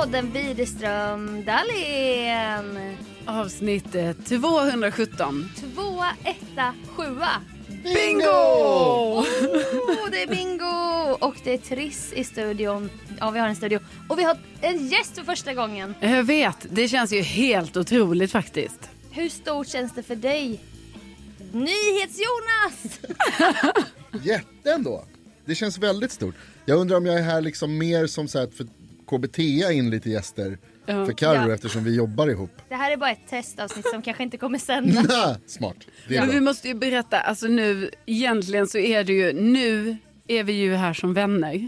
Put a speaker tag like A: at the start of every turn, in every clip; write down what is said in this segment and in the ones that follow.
A: podden Widerström Dahlén.
B: Avsnitt 217.
A: 2, 1, 7.
B: Bingo!
A: Det är bingo! Och det är Triss i studion. Ja, vi har en studio. Och vi har en gäst för första gången.
B: Jag vet, det känns ju helt otroligt faktiskt.
A: Hur stort känns det för dig? NyhetsJonas!
C: Jätten då. Det känns väldigt stort. Jag undrar om jag är här liksom mer som så här för KBT in lite gäster för Karo eftersom vi jobbar ihop.
A: Det här är bara ett testavsnitt som kanske inte kommer sända.
C: Smart.
B: Men vi måste ju berätta, alltså nu, egentligen så är det ju, nu är vi ju här som vänner.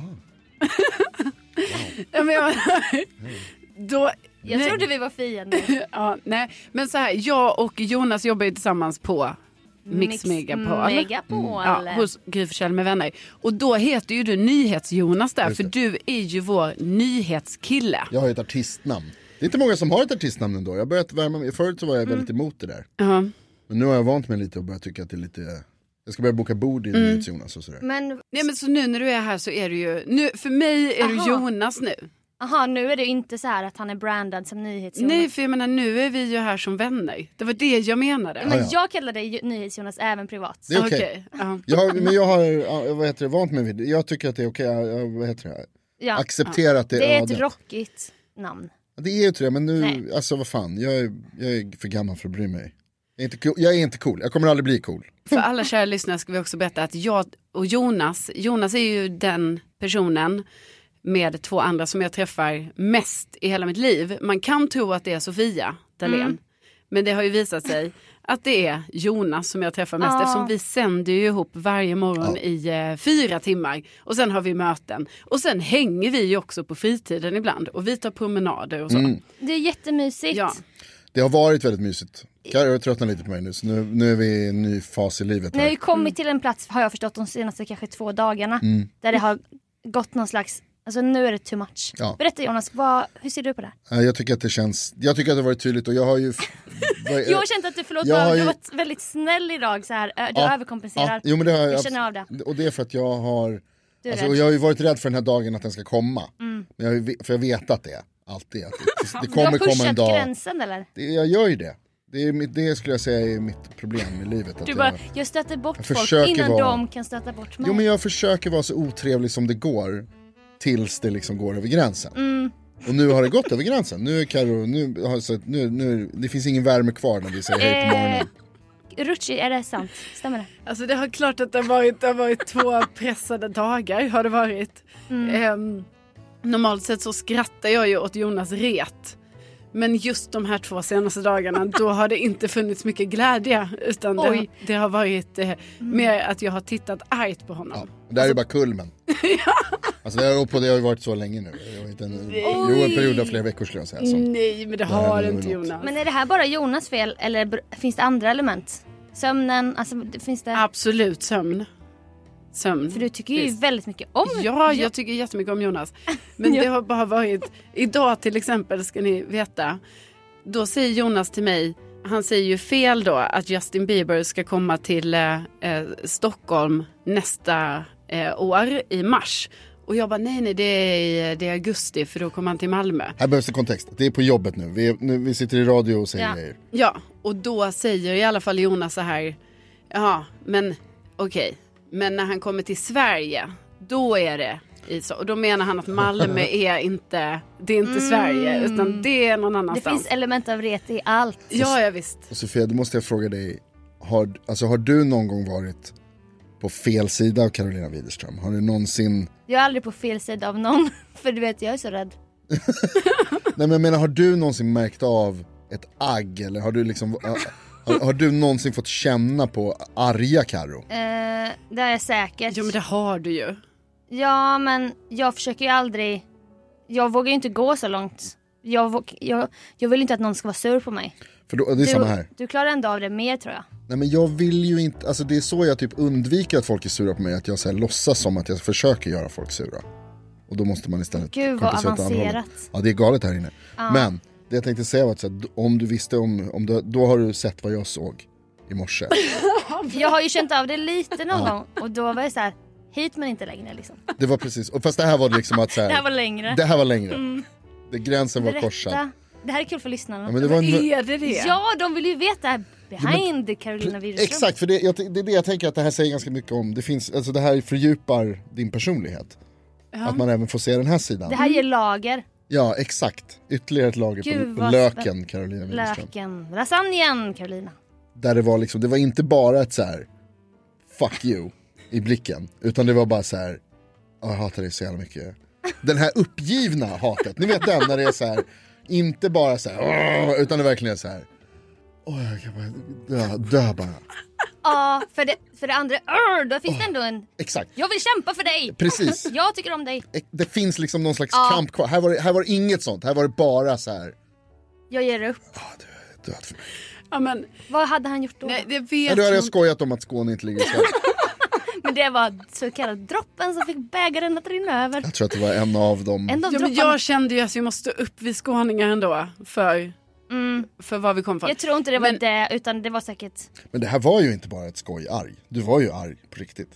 A: Jag trodde vi var fiender.
B: Ja, nej, men så här, jag och Jonas jobbar ju tillsammans på Mix Megapol. Ja, hos Gry Forssell med vänner. Och då heter ju du NyhetsJonas där, för du är ju vår nyhetskille. Jag har
C: ett artistnamn. Det är inte många som har ett artistnamn ändå. Jag har börjat värma mig. Förut så var jag väldigt emot det där. Men nu har jag vant mig lite och börjat tycka att det är lite... Jag ska börja boka bord i NyhetsJonas och sådär.
B: Men så nu när du är här så är du ju... Nu, för mig är du Jonas nu.
A: Aha, nu är det inte så här att han är brandad som NyhetsJonas.
B: Nej, för jag menar, nu är vi ju här som vänner. Det var det jag menade.
A: Men jag kallar dig NyhetsJonas även privat.
C: Det är okej. Men jag har vant mig vid det. Jag tycker att det är okej. Acceptera att det
A: är ett rockigt namn.
C: Det är ju det, men nu, alltså vad fan. Jag är för gammal för att bry mig. Jag är inte cool. Jag kommer aldrig bli cool.
B: För alla kära lyssnare ska vi också berätta att jag och Jonas är ju den personen med 2 andra som jag träffar mest i hela mitt liv. Man kan tro att det är Sofia Dahlén. Men det har ju visat sig att det är Jonas som jag träffar mest. Eftersom vi sänder ju ihop varje morgon i 4 timmar. Och sen har vi möten. Och sen hänger vi ju också på fritiden ibland. Och vi tar promenader och så.
A: Det är jättemysigt. Ja.
C: Det har varit väldigt mysigt. Jag tröttnar lite på mig nu. Så nu är vi i en ny fas i livet.
A: Ni har ju kommit till en plats, har jag förstått, de senaste kanske 2 dagarna. Där det har gått någon slags... Alltså nu är det too much. Ja. Berätta Jonas, hur ser du på det?
C: Jag tycker att det har varit tydligt och jag har ju...
A: jag har känt att du har varit väldigt snäll idag så här. Du överkompenserar.
C: Jo, men det har
A: jag känner av det.
C: Och det är för att jag har... och jag har ju varit rädd för den här dagen att den ska komma. Men för jag vet att det är alltid. Att det kommer komma en dag.
A: Du har pushat gränsen eller?
C: Jag gör ju det. Det skulle jag säga är mitt problem i livet. Att
A: du bara, jag stöter bort folk innan de kan stöta bort mig.
C: Jo, men jag försöker vara så otrevlig som det går. Tills det liksom går över gränsen. Och nu har det gått över gränsen. Nu är Karo, nu det finns ingen värme kvar när vi säger hej på morgonen.
A: Rutschi, är det sant? Stämmer det?
B: Alltså det har klart att det har varit 2 pressade dagar har det varit. Normalt sett så skrattar jag ju åt Jonas ret. Men just de här 2 senaste dagarna då har det inte funnits mycket glädje. Utan det har varit mer att jag har tittat argt på honom.
C: Ja, det här är bara kulmen. Alltså det har ju varit så länge nu. Det har varit en period av flera veckor skulle jag säga.
B: Nej, men det har inte Jonas.
A: Men är det här bara Jonas fel eller finns det andra element? Sömnen, alltså finns det...
B: Absolut sömn.
A: För du tycker ju väldigt mycket om...
B: Ja, jag tycker jättemycket om Jonas. Men det har bara varit... Idag till exempel ska ni veta. Då säger Jonas till mig... Han säger ju fel då att Justin Bieber ska komma till Stockholm nästa år i mars. Och jag bara nej det är augusti för då kommer han till Malmö.
C: Här behövs det kontext. Det är på jobbet nu. Vi sitter i radio och säger grejer.
B: Ja, och då säger i alla fall Jonas så här. Ja, men okej. Men när han kommer till Sverige, då är det och då menar han att Malmö är inte Sverige, utan det är någon annanstans.
A: Det finns element av ret i allt.
B: Ja, visst.
C: Och Sofia, då måste jag fråga dig, har du någon gång varit på fel sida av Carolina Widerström? Har du någonsin...
A: Jag är aldrig på fel sida av någon, för du vet, jag är så rädd.
C: Nej, men jag menar, har du någonsin märkt av ett agg, eller har du liksom... Har du någonsin fått känna på arga Karo?
A: Det är säkert.
B: Jo, men det har du ju.
A: Ja, men jag försöker ju aldrig... Jag vågar ju inte gå så långt. Jag vill inte att någon ska vara sur på mig.
C: För då, det är samma här.
A: Du klarar ändå av det mer, tror jag.
C: Nej, men jag vill ju inte... Alltså det är så jag typ undviker att folk är sura på mig. Att jag så här låtsas som att jag försöker göra folk sura. Och då måste man istället...
A: Gud, vad avancerat.
C: Ja, det är galet här inne. Men det jag tänkte säga var att så här, om du visste då har du sett vad jag såg i morse.
A: Jag har ju känt av det lite någon gång. Och då var det så här... Hit men inte längre liksom.
C: Det var precis, och fast det här var liksom att så här,
A: det här var längre.
C: Det här var längre. Gränsen var korsad.
A: Det här är kul för lyssnarna.
C: Ja, men det var
B: är det?
A: Ja, de vill ju veta behind Carolina Widerström.
C: Exakt, för det är det jag tänker att det här säger ganska mycket om. Det finns, alltså det här fördjupar din personlighet. Ja. Att man även får se den här sidan.
A: Det här ger lager.
C: Ja, exakt. Ytterligare ett lager på löken, Carolina Widerström.
A: Löken, lasagnen, Carolina.
C: Där det var liksom, det var inte bara ett så här fuck you i blicken, utan det var bara så här, jag hatar dig så jävla mycket. Den här uppgivna hatet, ni vet den när det är så här, inte bara så här, utan det verkligen är så här, jag kan bara dö bara.
A: Ja, för det andra, då finns det ändå en...
C: Exakt.
A: Jag vill kämpa för dig.
C: Precis.
A: Jag tycker om dig.
C: Det finns liksom någon slags kamp kvar. Här var det inget sånt. Här var det bara så här.
A: Jag ger upp.
C: Du är död för mig.
B: Ja, men,
A: vad hade han gjort då?
B: Nej, det vet
C: då hade jag skojat om att Skåne inte ligger i Sverige.
A: Men det var så kallad droppen som fick bägaren att rinna över.
C: Jag tror att det var en av dem.
B: Men jag kände ju att vi måste upp vid skåningar ändå för vad vi kom för.
A: Jag tror inte det var det, utan det var säkert...
C: Men det här var ju inte bara ett skoj arg. Du var ju arg på riktigt.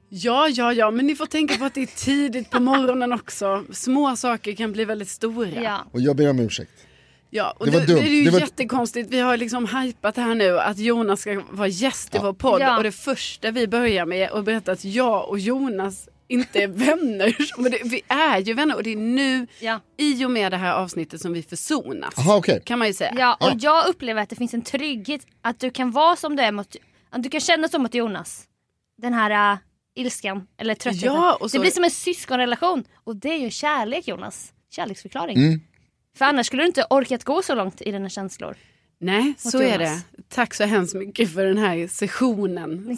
B: Ja, men ni får tänka på att det är tidigt på morgonen också. Små saker kan bli väldigt stora.
A: Ja.
C: Och jag ber om ursäkt.
B: Ja, och
C: det var dumt.
B: Det är ju jättekonstigt. Vi har liksom hypat här nu att Jonas ska vara gäst i vår podd. Ja. Och det första vi börjar med är att berätta att jag och Jonas inte är vänner. Men vi är ju vänner och det är nu i och med det här avsnittet som vi försonas.
C: Aha, okay.
B: Kan man ju säga.
A: Ja, och jag upplever att det finns en trygghet att du kan vara som du är mot... Att du kan känna som mot Jonas. Den här ilskan eller tröttheten.
B: Ja, och så...
A: Det blir som en syskonrelation. Och det är ju kärlek, Jonas. Kärleksförklaring. För annars skulle du inte orkat gå så långt i dina känslor.
B: Nej, så är det. Tack så hemskt mycket för den här sessionen.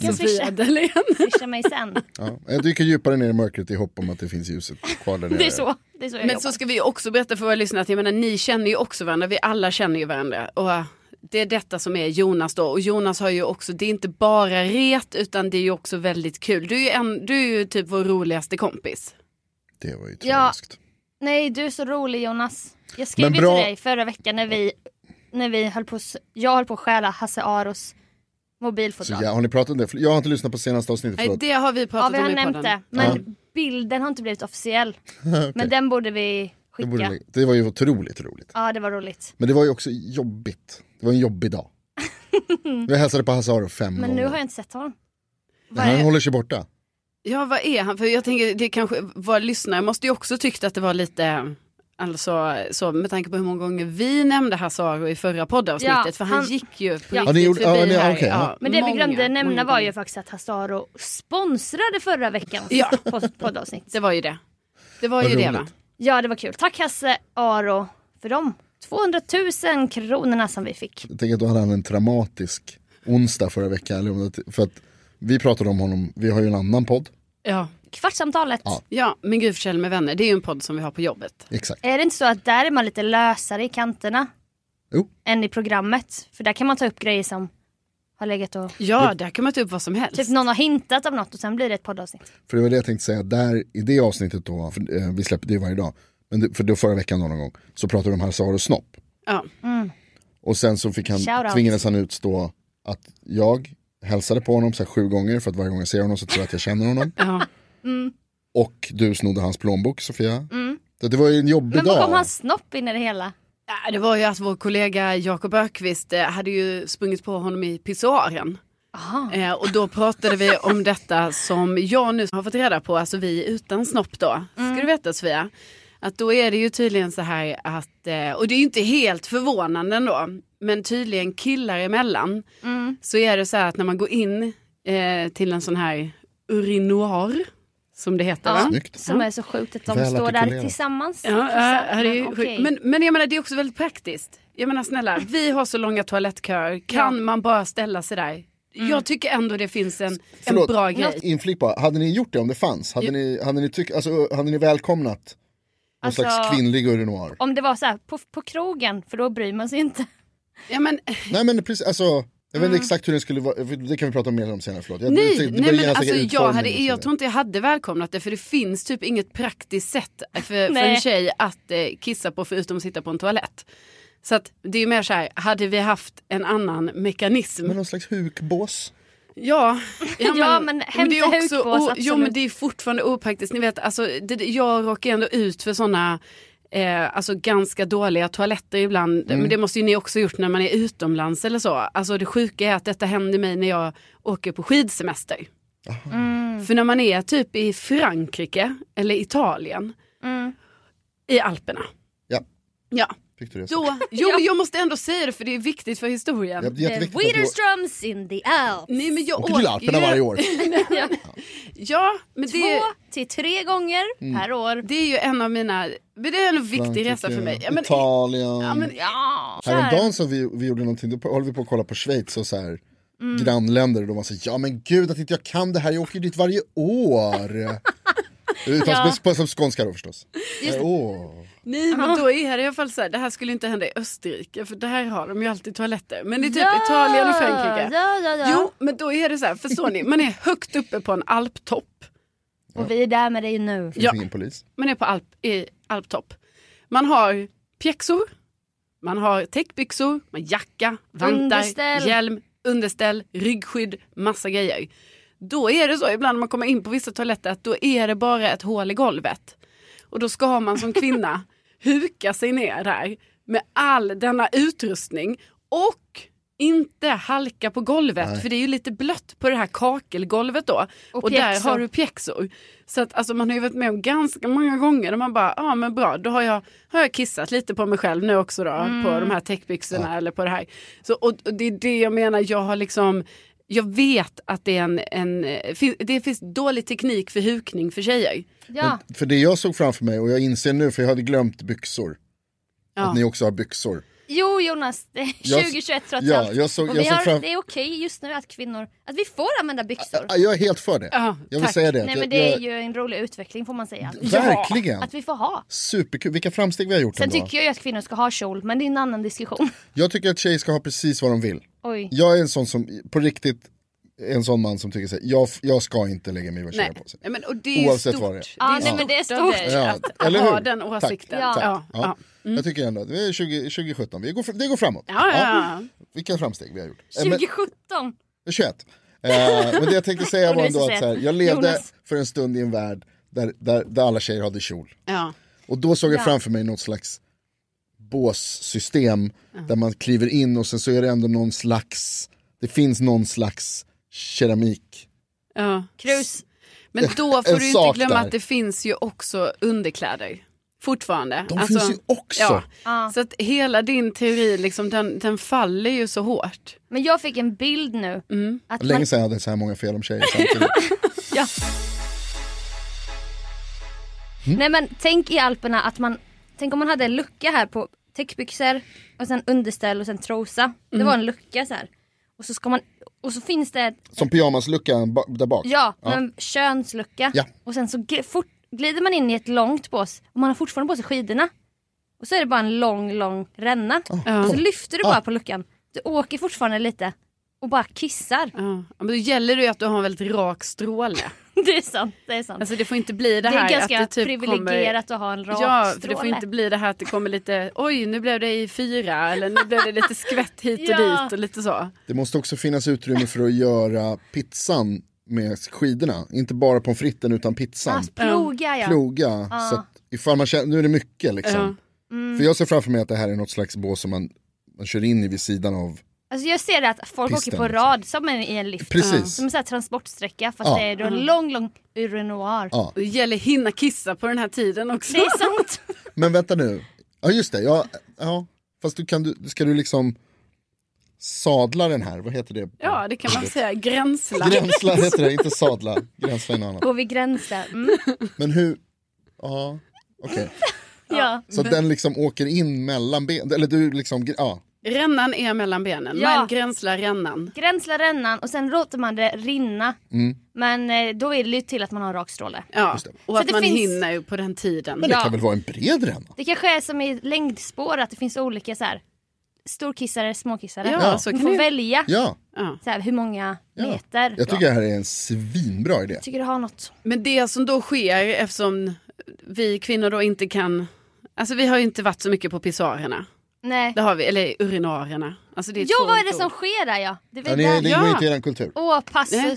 A: Swisha mig sen.
C: Ja, jag dyker djupare ner i mörkret i hopp om att det finns ljuset kvar där nere.
A: Det är så jag
B: Men så ska vi också berätta för våra lyssnare att jag menar, ni känner ju också varandra. Vi alla känner ju varandra. Och det är detta som är Jonas då. Och Jonas har ju också, det är inte bara ret utan det är ju också väldigt kul. Du är ju typ vår roligaste kompis.
C: Det var ju tragiskt.
A: Nej, du är så rolig, Jonas. Jag skrev ju till dig förra veckan när vi höll på att stjäla Hasse Aros mobilfotograf.
C: Har ni pratat om det? Jag har inte lyssnat på senaste avsnittet.
B: Nej, det har vi pratat om i podden.
A: Vi har nämnt det, men bilden har inte blivit officiell. Okay. Men den borde vi skicka.
C: Det var ju otroligt roligt.
A: Ja, det var roligt.
C: Men det var ju också jobbigt. Det var en jobbig dag. Jag hälsade på Hasse Aro 5 gånger.
A: Men nu har jag inte sett honom.
C: Han håller sig borta.
B: Ja, vad är han? För jag tänker, det kanske var lyssnare måste ju också tyckt att det var lite... Alltså, så med tanke på hur många gånger vi nämnde Hasse Aro i förra poddavsnittet. För han gick ju på riktigt förbi här.
C: Okay,
A: men det vi glömde nämna var ju faktiskt att Hasse Aro sponsrade förra veckans poddavsnitt.
B: Det var ju det. Det var ju det, va?
C: Ja,
A: det var kul. Tack Hasse Aro för de 200 000 kronorna som vi fick.
C: Jag tänker att då hade han en dramatisk onsdag förra veckan. För att vi pratade om honom, vi har ju en annan podd.
B: Ja.
A: Kvartsamtalet.
B: Ja, men Gud försäll med vänner. Det är ju en podd som vi har på jobbet.
C: Exakt.
A: Är det inte så att där är man lite lösare i kanterna än i programmet? För där kan man ta upp grejer som har legat och...
B: Ja, där kan man ta upp vad som helst.
A: Typ någon har hintat av något och sen blir det ett poddavsnitt.
C: För det var det jag tänkte säga. Där, i det avsnittet då, för vi släpper det varje dag. Men för då förra veckan någon gång så pratade vi om Hasse Aros snopp.
B: Ja.
C: Och sen så tvingades han utstå att jag hälsade på honom så här 7 gånger. För att varje gång jag ser honom så tror jag att jag känner honom. Och du snodde hans plånbok, Sofia. Så det var ju en jobbig dag.
A: Men vad kom hans snopp in i det hela?
B: Ja, det var ju att vår kollega Jakob Ökvist hade ju sprungit på honom i pissoaren. Och då pratade vi om detta som jag nu har fått reda på. Alltså vi utan snopp då. Ska du veta, Sofia? Att då är det ju tydligen så här att, och det är ju inte helt förvånande ändå, men tydligen killar emellan så är det så här att när man går in till en sån här urinoir, som det heter, va?
A: Som är så sjukt att de står där tillsammans.
B: Men jag menar, det är också väldigt praktiskt. Jag menar, snälla, vi har så långa toalettköer. Kan man bara ställa sig där? Jag tycker ändå det finns en bra grej.
C: Inflik bara, hade ni gjort det om det fanns? Hade ni välkomnat någon slags kvinnlig urinoir?
A: Om det var så här, på krogen, för då bryr man sig inte.
B: Ja, men...
C: Nej, men precis, alltså... Jag vet inte exakt hur det skulle vara. Det kan vi prata mer om senare, förlåt.
B: Jag tror inte jag hade välkomnat det. För det finns typ inget praktiskt sätt för en tjej att kissa på förutom att sitta på en toalett. Så att det är mer så här, hade vi haft en annan mekanism.
C: Men någon slags hukbås.
B: Men hämta hukbås, men det är fortfarande opraktiskt. Ni vet, alltså, jag råkar ändå ut för såna alltså ganska dåliga toaletter ibland. Men det måste ju ni också gjort när man är utomlands eller så. Alltså det sjuka är att detta händer mig när jag åker på skidsemester. För när man är typ i Frankrike eller Italien i Alperna. Ja. Då, jag måste ändå säga det för det är viktigt för historien.
A: Widerströms in the Alps.
B: Nej, men jag
C: åker till Alperna varje år.
B: Ja, men det
A: 2 till 3 gånger per år.
B: Det är ju en av mina, det är en viktig resa för mig.
C: Men, Italien.
A: Ja,
C: häromdagen så vi gjorde någonting, då håller vi på att kolla på Schweiz och så här grannländer och de var så ja men gud att inte jag kan det här, jag åker dit varje år. Utan som skånska då förstås.
B: Nej, men då är det i alla fall så här, det här skulle inte hända i Österrike för där har de ju alltid toaletter. Men i typ Italien och Frankrike. Jo, men då är det så här, förstår ni, man är högt uppe på en alptopp.
A: Och vi är där med dig nu.
C: Finns ingen polis.
B: Man är på alptopp. Man har pjäxor, man har täckbyxor, man jacka, vantar, hjälm, underställ, ryggskydd, massa grejer. Då är det så ibland när man kommer in på vissa toaletter att då är det bara ett hål i golvet. Och då ska man som kvinna huka sig ner där med all denna utrustning och inte halka på golvet. Nej. För det är ju lite blött på det här kakelgolvet då. Och där har du pjäxor. Så att alltså, man har ju varit med om ganska många gånger och man bara, men bra, då har jag kissat lite på mig själv nu också då. På de här täckbyxorna eller på det här. Så, och det är det jag menar, jag vet att det är det finns dålig teknik för hukning för tjejer.
A: Ja.
C: Men för det jag såg framför mig och jag inser nu för jag hade glömt byxor. Att ni också har byxor.
A: Jo Jonas, det är 2021 trots allt. Det är okej just nu att kvinnor, att vi får använda byxor.
C: Jag är helt för det. Jag vill säga det.
A: Nej, men det är ju en rolig utveckling får man säga.
C: Verkligen.
A: Att vi får ha.
C: Superkul, vilka framsteg vi har gjort.
A: Sen tycker jag ju att kvinnor ska ha kjol, men det är en annan diskussion.
C: Jag tycker att tjejer ska ha precis vad de vill.
A: Oj.
C: Jag är en sån som, på riktigt, en sån man som tycker så här, jag ska inte lägga mig i vad tjejer på sig.
B: Nej, men, och det är
C: oavsett
B: stort.
C: vad det är.
A: Ja, men det är stort.
B: Att ha den åsikten.
C: Tack. Jag tycker ändå att det är 2017, det går framåt. Vilka framsteg vi har gjort.
A: 2017?
C: 21. Men det jag tänkte säga var ändå att så här, jag levde för en stund i en värld där alla tjejer hade kjol. Och då såg jag framför mig något slags båssystem där man kliver in och sen så är det ändå det finns någon slags keramik.
B: Krus. Men då får du inte glömma att det finns ju också underkläder. Fortfarande.
C: De finns ju också.
B: Så att hela din teori liksom, den faller ju så hårt.
A: Men jag fick en bild nu.
C: Att länge sedan hade så här många fel om tjejer samtidigt.
A: Nej men tänk i Alperna tänk om man hade en lucka här på täckbyxor och sen underställ och sen trosa. Det var en lucka så här. Och så finns det
C: som pyjamasluckan där bak.
A: Ja, en könslucka. Och sen så glider man in i ett långt bås och man har fortfarande på sig skidorna. Och så är det bara en lång ränna. Och så lyfter du bara på luckan. Du åker fortfarande lite och bara kissar.
B: Men då gäller det ju att du har en väldigt rak stråle.
A: Det är sant.
B: Alltså det får inte bli det här.
A: Det är ganska
B: att det typ
A: privilegierat att ha en rak
B: stråle.
A: För
B: det får inte bli det här att det kommer lite, oj nu blev det i 4 eller nu blev det lite skvätt hit och dit och lite så. Det
C: måste också finnas utrymme för att göra pizzan med skidorna. Inte bara pommes fritesen utan pizzan. Ploga. Så att ifall man känner, nu är det mycket liksom. För jag ser framför mig att det här är något slags bås som man kör in i vid sidan av.
A: Alltså jag ser det att folk åker på rad som i en lift.
C: Precis.
A: Som en sån här transportsträcka fast det är då en lång urinoir.
B: Det gäller hinna kissa på den här tiden också.
A: Det är sant.
C: Men vänta nu. Ja just det. Ja. Fast ska du liksom sadla den här, vad heter det?
B: Ja, det kan man säga, gränsla.
C: Gränsla heter det, inte sadla. Gränsla är något annat.
A: Går vi gränser.
C: Men hur, okej. Så den liksom åker in mellan benen, eller du liksom,
B: Rännan är mellan benen, men gränslar rännan.
A: Gränslar rännan och sen låter man det rinna. Men då är det ju till att man har rak stråle.
B: Ja, och att man hinner ju på den tiden.
C: Men det kan väl vara en bred ränna?
A: Det kanske är som i längdspår att det finns olika så här storkissare, småkissare.
B: Ja, så
A: man
B: kan
A: får välja
C: så
A: här, hur många meter.
C: Jag tycker det här är en svinbra idé.
A: Jag tycker det har något.
B: Men det som då sker, eftersom vi kvinnor då inte kan, alltså vi har ju inte varit så mycket på pissoarerna.
A: Nej.
B: Det har vi, eller urinarierna. Alltså det är
A: vad är det som sker där
C: det går inte i den kultur.
A: Passus.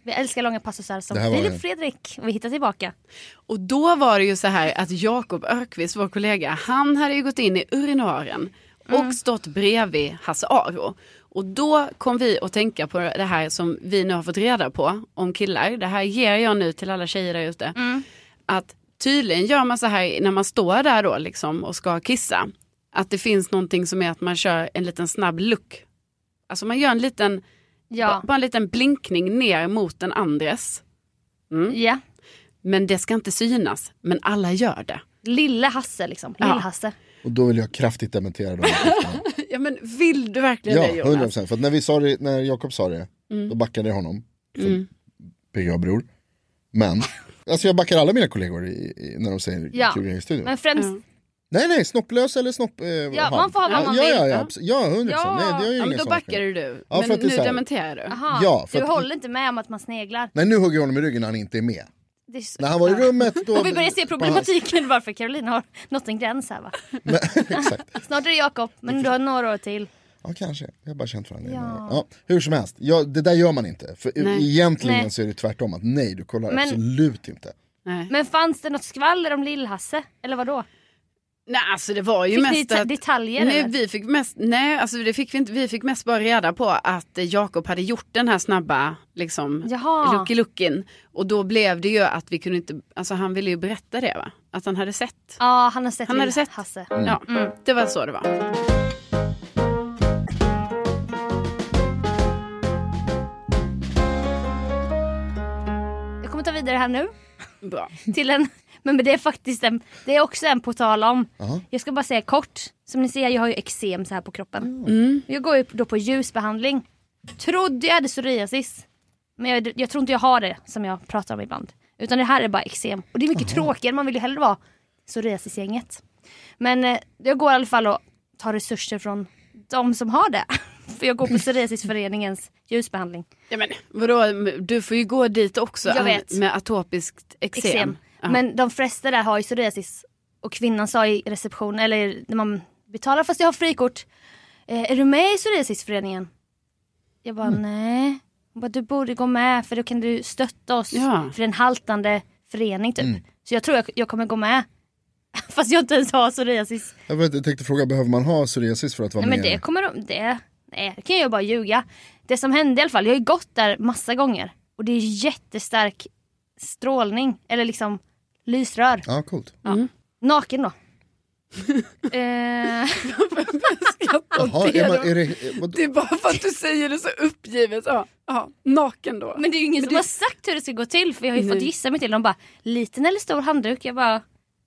A: Vi älskar långa passusar som Filip Fredrik. Och vi hittar tillbaka.
B: Och då var det ju så här att Jakob Ökvist, vår kollega, han hade ju gått in i urinaren och stått bredvid Hasse Aro. Och då kom vi att tänka på det här som vi nu har fått reda på om killar. Det här ger jag nu till alla tjejer där ute. Att tydligen gör man så här när man står där då liksom och ska kissa. Att det finns någonting som är att man kör en liten snabb look. Alltså man gör en liten, bara en liten blinkning ner mot den andres.
A: Ja.
B: Men det ska inte synas. Men alla gör det.
A: Lille Hasse liksom. Lill-Hasse.
C: Och då vill jag kraftigt dementera dem.
B: Ja, men vill du verkligen det, Jonas?
C: 100%. För att när Jakob sa det, då backade jag honom. Som PGA-bror. Men, alltså jag backar alla mina kollegor när de säger kul i studion.
A: Men främst...
C: Nej, snopplös eller snopp...
A: man får ha vad man vill.
C: Ja, 100%. Nej, det är ju
B: men då backar du.
C: Ja,
B: men nu dementerar du.
A: Aha,
C: ja,
A: du håller inte med om att man sneglar.
C: Nej, nu hugger jag honom i ryggen när han inte är med. När han var i rummet då...
A: Och vi börjar se problematiken varför Carolina har nått en gräns här, va?
C: Exakt.
A: Snart är det Jakob, men du har några år till.
C: Ja, kanske. Jag har bara känt för honom. Ja, hur som helst. Det där gör man inte. För egentligen så är det tvärtom att nej, du kollar absolut inte.
B: Nej.
A: Men fanns det något skvaller om Lill-Hasse? Eller vad då?
B: Nej, alltså det var ju
A: fick
B: mest
A: ni detaljer?
B: Nej, vi fick mest. Nej, alltså det fick vi inte. Vi fick mest bara reda på att Jakob hade gjort den här snabba liksom lookin. Och då blev det ju att vi kunde inte, alltså han ville ju berätta det, va? Att han hade sett.
A: Ja, han hade sett Hasse.
B: Ja, det var så det var.
A: Jag kommer ta vidare här nu.
B: Bra.
A: Till en... Men det är faktiskt det är också en på tal om. Jag ska bara säga kort. Som ni ser, jag har ju eksem så här på kroppen. Jag går ju då på ljusbehandling. Trodde jag hade psoriasis. Men jag tror inte jag har det som jag pratar om ibland. Utan det här är bara eksem. Och det är mycket tråkigare. Man vill ju hellre vara psoriasisgänget. Men jag går i alla fall och tar resurser från de som har det. För jag går på psoriasisföreningens ljusbehandling.
B: Ja, men vadå? Du får ju gå dit också.
A: Jag vet.
B: Med atopiskt eksem.
A: Men de flesta där har ju psoriasis. Och kvinnan sa i reception, eller när man betalar fast jag har frikort. Är du med i psoriasisföreningen? Jag bara nej. Hon bara, du borde gå med för då kan du stötta oss. För en haltande förening typ. Så jag tror jag kommer gå med. Fast jag inte ens har psoriasis.
C: Jag tänkte fråga, behöver man ha psoriasis för att vara med?
A: Men det kan jag bara ljuga. Det som hände i alla fall, jag har ju gått där massa gånger. Och det är jättestark strålning. Eller liksom lysrör.
C: Ja, coolt.
A: Ja. Naken då.
C: Jaha,
B: det är bara för att du säger det så uppgivet. Naken då.
A: Men det är ju ingen som har sagt hur det ska gå till. För jag har ju fått gissa mig till. De bara, liten eller stor handduk? Jag bara,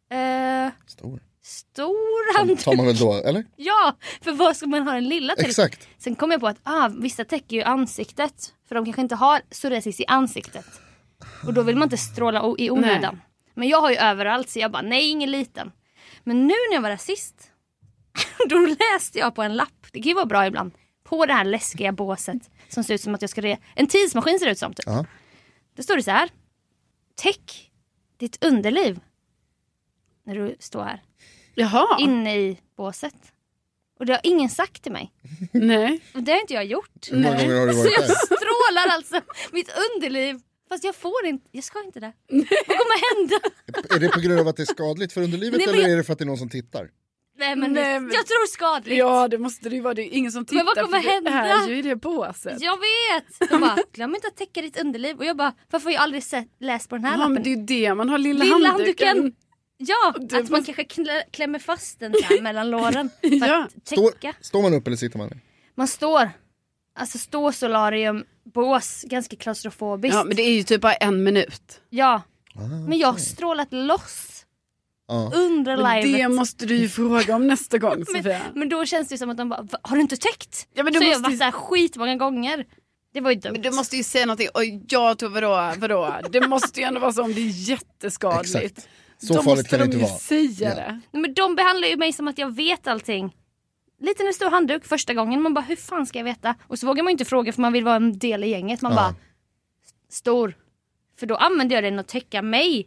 A: Stor handduk.
C: Tar man väl då, eller?
A: Ja, för vad ska man ha den lilla till?
C: Exakt.
A: Sen kom jag på att vissa täcker ju ansiktet. För de kanske inte har psoriasis i ansiktet. Och då vill man inte stråla i onödan. Nej. Men jag har ju överallt så jag bara, nej, ingen liten. Men nu när jag var rasist, då läste jag på en lapp. Det kan ju vara bra ibland. På det här läskiga båset som ser ut som att jag ska en tidsmaskin ser ut som typ. Då står det så här. Täck ditt underliv när du står här.
B: Jaha.
A: Inne i båset. Och det har ingen sagt till mig.
B: Nej.
A: Och det har inte jag gjort.
C: Hur många gånger har du varit
A: så jag strålar alltså mitt underliv. Fast jag får inte, jag ska inte det. Vad kommer hända?
C: Är det på grund av att det är skadligt för underlivet eller är det för att det är någon som tittar?
A: Nej, men jag tror skadligt.
B: Ja, det måste det ju vara. Det är ingen som tittar.
A: Men vad kommer hända?
B: Det är ju det båset.
A: Jag vet. De bara, glöm inte att täcka ditt underliv. Och jag bara, varför har jag aldrig läst på den här lappen?
B: Men det är ju det, man har lilla handduken.
A: Ja, att man kanske klämmer fast den så här mellan låren. För att täcka.
C: Står man upp eller sitter man ner?
A: Man står. Alltså solarium, bås, ganska klaustrofobiskt.
B: Ja, men det är ju typ bara 1 minut.
A: Ja, men jag har strålat loss. Under livet.
B: Det måste du ju fråga om nästa gång, Sofia.
A: Men då känns det som att de bara, har du inte täckt?
B: Ja, men
A: så jag var så här skitmånga gånger. Det var ju dumt.
B: Men du måste ju säga någonting. Och jag tror vadå? Det måste ju ändå vara så om det är jätteskadligt.
C: Exakt. Så farligt kan det inte vara.
B: Säga det.
A: Men de behandlar ju mig som att jag vet allting. Lite en stor handduk första gången. Man bara, hur fan ska jag veta? Och så vågar man inte fråga för man vill vara en del i gänget. Man bara, stor. För då använder jag den att täcka mig.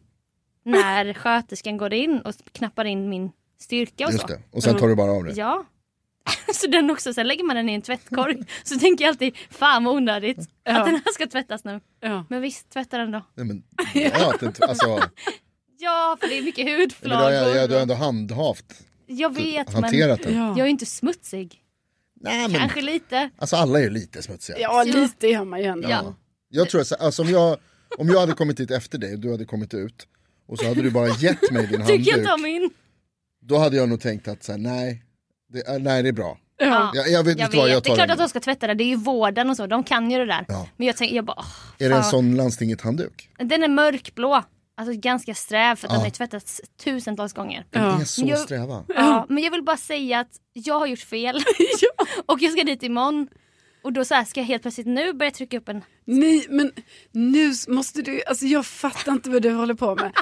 A: När sköterskan går in och knappar in min styrka och
C: just
A: så.
C: Det. Och sen tar du bara av det.
A: Ja. Så den också, sen lägger man den i en tvättkorg. Så tänker jag alltid, fan vad onödigt att den här ska tvättas nu. Ja. Men visst, tvättar den då.
C: Nej, men, alltså,
A: ja, för det är mycket hudflagor.
C: Du har ändå handhavt.
A: Jag vet,
C: hanterat den.
A: Jag är inte smutsig.
C: Nej, men,
A: kanske lite.
C: Alltså alla är ju lite smutsiga.
B: Ja, lite är man ju ändå.
A: Ja.
C: Jag tror att alltså, om jag hade kommit hit efter dig och du hade kommit ut och så hade du bara gett mig din handduk.
A: Tycker jag ta min.
C: Då hade jag nog tänkt att så här, nej, det är bra.
A: Ja.
C: Jag vet. Det är
A: klart att de ska tvätta det. Det är ju vården och så. De kan ju det där. Ja. Men jag bara...
C: är det en sån landstinget-handduk?
A: Den är mörkblå. Alltså ganska sträv för att den har tvättats tusentals gånger.
C: Den är så sträva.
A: Ja, men jag vill bara säga att jag har gjort fel. Och jag ska dit imorgon. Och då så här, ska jag helt plötsligt nu börja trycka upp en...
B: Nej, men nu måste du... Alltså jag fattar inte vad du håller på med.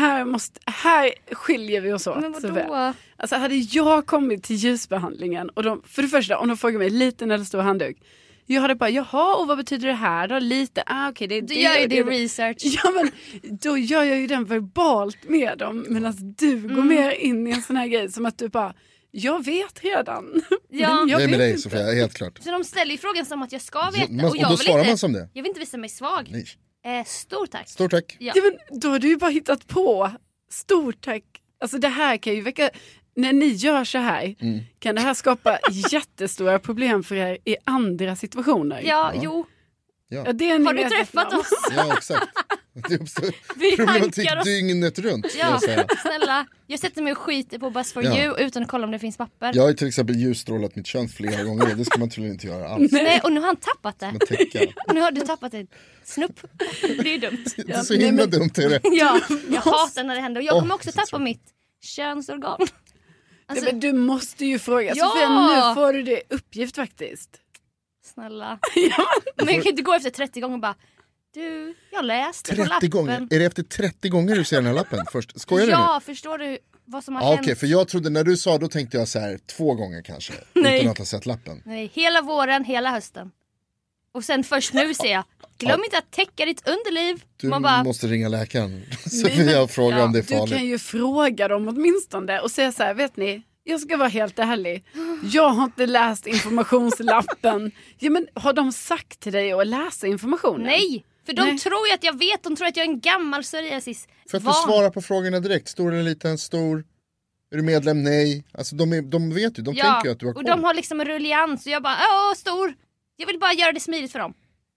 B: Här skiljer vi oss åt.
A: Men vadå?
B: Alltså hade jag kommit till ljusbehandlingen och för det första, om de frågar mig liten eller stor handduk. Jag hade bara, jaha, och vad betyder det här då? Lite, okej.
A: Du gör ju din research.
B: Ja, men då gör jag ju den verbalt med dem. Medan du går mer in i en sån här grej som att du bara... Jag vet redan.
A: Ja.
C: Jag med dig, Sofia, helt klart.
A: Så de ställer ju frågan som att jag ska veta.
C: Och då svarar man som det.
A: Jag vill inte visa mig svag. Stort tack.
C: Stort tack.
A: Ja.
B: Ja, men då har du ju bara hittat på. Stort tack. Alltså det här kan ju väcka... När ni gör så här kan det här skapa jättestora problem för er i andra situationer.
A: Ja, jo.
C: Ja.
A: Har du träffat oss?
C: Ja, exakt. Det uppstår problematik dygnet runt.
A: Ja, snälla. Jag sätter mig och skiter på Buzz for you utan att kolla om det finns papper.
C: Jag har till exempel ljusstrålat mitt kön flera gånger. Det ska man tydligen inte göra alls.
A: Nej, och nu har han tappat det. Och nu har du tappat det. Snupp. Det är dumt.
C: Det är så himla dumt är det.
A: Ja, jag hatar när det händer. Och jag kommer också tappa mitt könsorgan.
B: Alltså, men du måste ju fråga. Sofia, nu får du det uppgift faktiskt.
A: Snälla. Men jag kan inte gå efter 30 gånger och bara... Du, jag läste på lappen.
C: 30 gånger? Är det efter 30 gånger du ser den här lappen först? Skojar du nu?
A: Ja, förstår du vad som har hänt?
C: Okej, för jag trodde, när du sa, då tänkte jag så här 2 gånger kanske.
A: Nej.
C: Utan att ha sett lappen.
A: Nej, hela våren, hela hösten. Och sen först nu ser jag. Glöm inte att täcka ditt underliv.
C: Du måste ringa läkaren. Sofia och fråga om det är farligt.
B: Du kan ju fråga dem åtminstone och säga så här, vet ni? Jag ska vara helt ärlig. Jag har inte läst informationslappen. Ja, men har de sagt till dig att läsa informationen?
A: Nej, för de tror ju att jag vet. De tror att jag är en gammal psoriasis.
C: För att få svara på frågorna direkt. Stor eller liten, stor. Är du medlem? Nej. Alltså de vet ju, de tänker ju att du har koll.
A: Och de har liksom en rullians. Och jag bara, stor. Jag vill bara göra det smidigt för dem.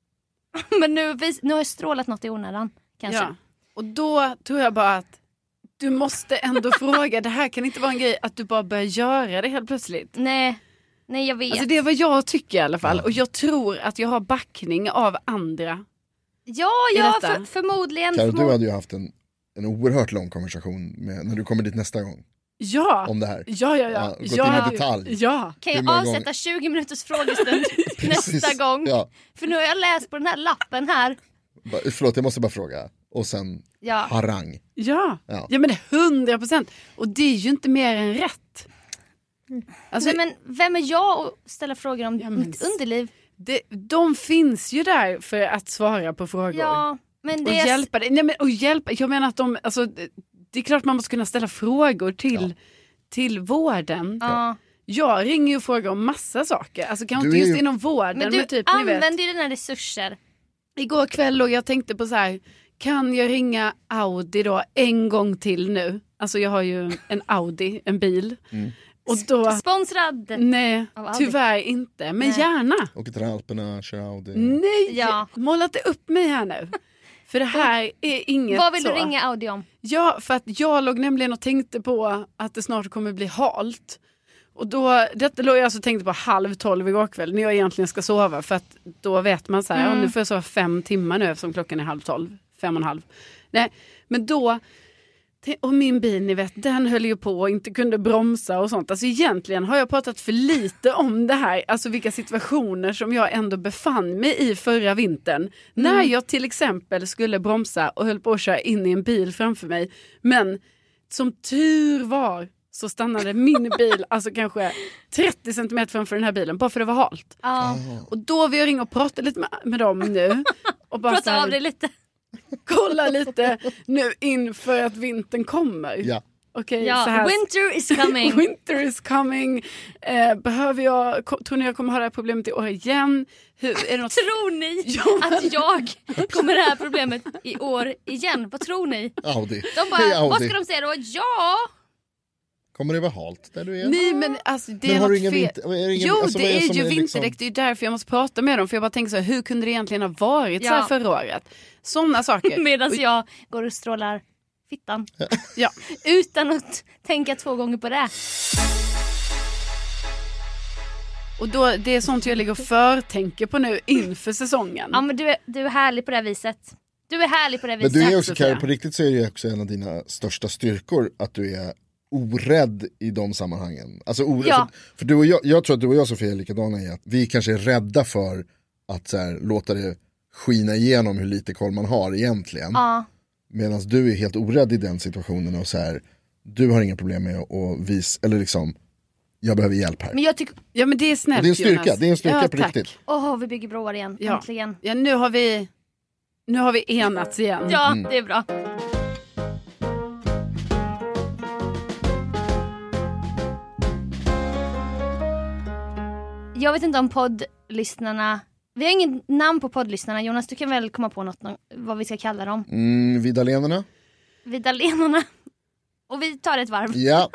A: Men nu har jag strålat något i onödan. Kanske.
B: Ja. Och då tror jag bara att du måste ändå fråga. Det här kan inte vara en grej att du bara börjar göra det helt plötsligt.
A: Nej, jag vet.
B: Alltså det är vad jag tycker i alla fall. Och jag tror att jag har backning av andra.
A: Ja, förmodligen.
C: Karo, du hade ju haft en oerhört lång konversation när du kommer dit nästa gång.
B: Ja.
C: Om det här.
B: Ja.
C: Gått in i detalj.
B: Ja.
A: Kan jag avsätta 20 minuters frågestund nästa gång?
C: Ja.
A: För nu har jag läst på den här lappen här.
C: Förlåt, jag måste bara fråga. Och sen harang.
B: Ja, men det är 100%. Och det är ju inte mer än rätt.
A: Alltså, men vem är jag att ställa frågor om mitt underliv?
B: De finns ju där för att svara på frågor.
A: Ja, men det
B: och hjälpa dig. Nej, men och hjälpa. Jag menar att det är klart man måste kunna ställa frågor till vården.
A: Ja.
B: Jag ringer ju och frågar om massa saker. Alltså kanske inte just inom vården.
A: Men du använder ju dina resurser.
B: Igår kväll och jag tänkte på så här. Kan jag ringa Audi då en gång till nu? Alltså jag har ju en Audi, en bil. Och då,
A: sponsrad.
B: Nej, tyvärr inte. Men gärna.
C: Åker till Alperna, kör Audi.
B: Nej, måla inte upp mig här nu. För det här är inget.
A: Vad vill du ringa Audi om?
B: Ja, för att jag låg nämligen och tänkte på att det snart kommer bli halt. Och då, detta låg jag alltså tänkte på 11:30 igår kväll när jag egentligen ska sova. För att då vet man så här, nu får jag sova 5 timmar nu eftersom klockan är 11:30, 5:30. Nej, men då, och min bil, ni vet, den höll ju på och inte kunde bromsa och sånt. Alltså egentligen har jag pratat för lite om det här. Alltså vilka situationer som jag ändå befann mig i förra vintern. När jag till exempel skulle bromsa och höll på att köra in i en bil framför mig. Men som tur var så stannade min bil alltså kanske 30 centimeter framför den här bilen. Bara för det var halt. Och då vill jag ringa och prata lite med dem nu. Och bara
A: prata av det lite.
B: Kolla lite nu inför att vintern kommer.
C: Ja.
B: Okej,
A: Ja,
B: så här.
A: winter is coming.
B: Winter is coming. Tror ni jag kommer ha det här problemet i år igen? Är det något...
A: Tror ni att jag kommer det här problemet i år igen? Vad tror ni?
C: Audi.
A: De bara, vad ska de säga då? Ja!
C: Kommer det vara halt där du är?
B: Nej, men alltså det
C: men
B: är
C: har du
B: något
C: ingen
B: fel. Jo,
C: alltså,
B: det är ju
C: liksom...
B: vinterdäck. Det är därför jag måste prata med dem. För jag bara tänker så här, hur kunde det egentligen ha varit så här förra året? Sådana saker.
A: Medan jag går och strålar fittan.
B: Ja.
A: Utan att tänka 2 gånger på det.
B: Och då, det är sånt jag ligger och förtänker på nu inför säsongen.
A: Ja, men du är härlig på det här viset. Du är härlig på det här viset.
C: Men du är också, Karo, på riktigt så är det också en av dina största styrkor att du är orädd i de sammanhangen. Alltså orädd, för du och jag tror att du och jag, Sofia, är likadana i att vi kanske är rädda för att så här, låta det skina igenom hur lite koll man har egentligen.
A: Ja.
C: Medan du är helt orädd i den situationen och så här, du har inga problem med att visa, eller liksom, jag behöver hjälp här.
A: Men jag tycker...
B: Ja, men det är snällt,
C: det är en styrka,
B: Jonas.
C: Det är en styrka på
B: tack.
C: riktigt.
A: Vi bygger broar igen, äntligen.
B: Ja, nu har vi enats igen.
A: Ja, det är bra. Jag vet inte om poddlyssnarna... Vi har ingen namn på poddlyssnarna. Jonas, du kan väl komma på något, vad vi ska kalla dem?
C: Vidalenerna.
A: Vidalenerna. Och vi tar ett varv.
C: Ja,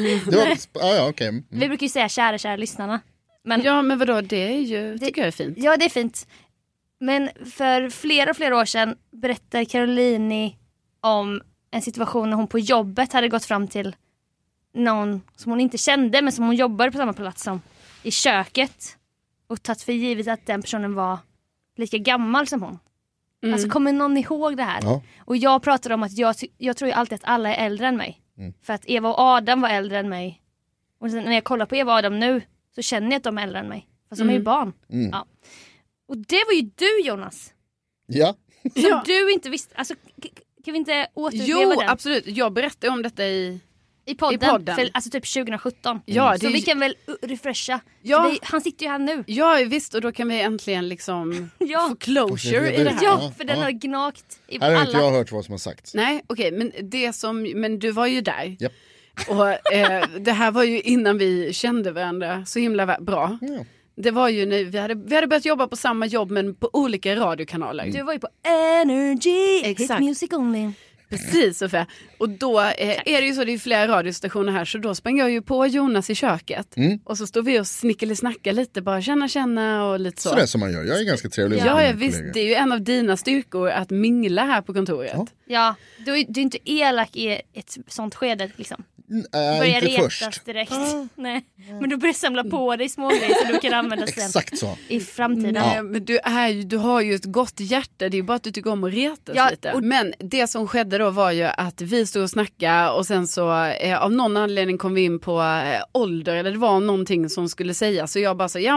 C: okej. Mm.
A: Vi brukar ju säga kära lyssnarna. Men,
B: ja, men vadå, det är ju, tycker jag är fint.
A: Ja, det är fint. Men för flera år sedan berättade Carolini om en situation när hon på jobbet hade gått fram till någon som hon inte kände men som hon jobbade på samma plats som i köket och tagit för givet att den personen var lika gammal som hon. Alltså kommer någon ihåg det här?
C: Ja.
A: Och jag pratade om att jag tror ju alltid att alla är äldre än mig. För att Eva och Adam var äldre än mig. Och sen när jag kollar på Eva och Adam nu så känner jag att de är äldre än mig. Fast de är ju barn. Ja. Och det var ju du, Jonas.
C: Ja.
A: Som du inte visste. Alltså, kan vi inte återuppleva den?
B: Jo, absolut. Jag berättade om detta i podden.
A: För, alltså typ 2017.
B: Ja,
A: så vi kan väl refresha.
B: Ja.
A: Han sitter ju här nu.
B: Ja, visst. Och då kan vi äntligen liksom få closure i det här.
A: Ja, för den har gnagt i
C: alla. Här har
A: alla.
C: inte jag hört vad som har sagts.
B: Nej, okej. Men du var ju där.
C: Yep.
B: Och det här var ju innan vi kände varandra så himla bra.
C: Ja.
B: Det var ju när vi hade börjat jobba på samma jobb men på olika radiokanaler.
A: Du var ju på Energy,
B: Exakt.
A: Hit Music Only.
B: Precis, Sofia. Och då är det ju så, det är flera radiostationer här, så då sprang jag ju på Jonas i köket. Och så står vi och snackar lite, bara känna och lite så.
C: Så det som man gör, jag är ganska trevlig.
B: Ja, visst, det är ju en av dina styrkor att mingla här på kontoret.
A: Ja, du är inte elak i ett sånt skede liksom. Börjar
C: inte
A: retas
C: först.
A: direkt. Nej. Men du börjar samla på dig smågrejer så du kan använda sen.
C: Exakt så.
A: I framtiden.
B: Nej, men du har ju ett gott hjärta. Det är ju bara att du tycker om att retas lite. Men det som skedde då var ju att vi stod och snackade och sen så av någon anledning kom vi in på ålder, eller det var någonting som skulle sägas. Så jag bara sa,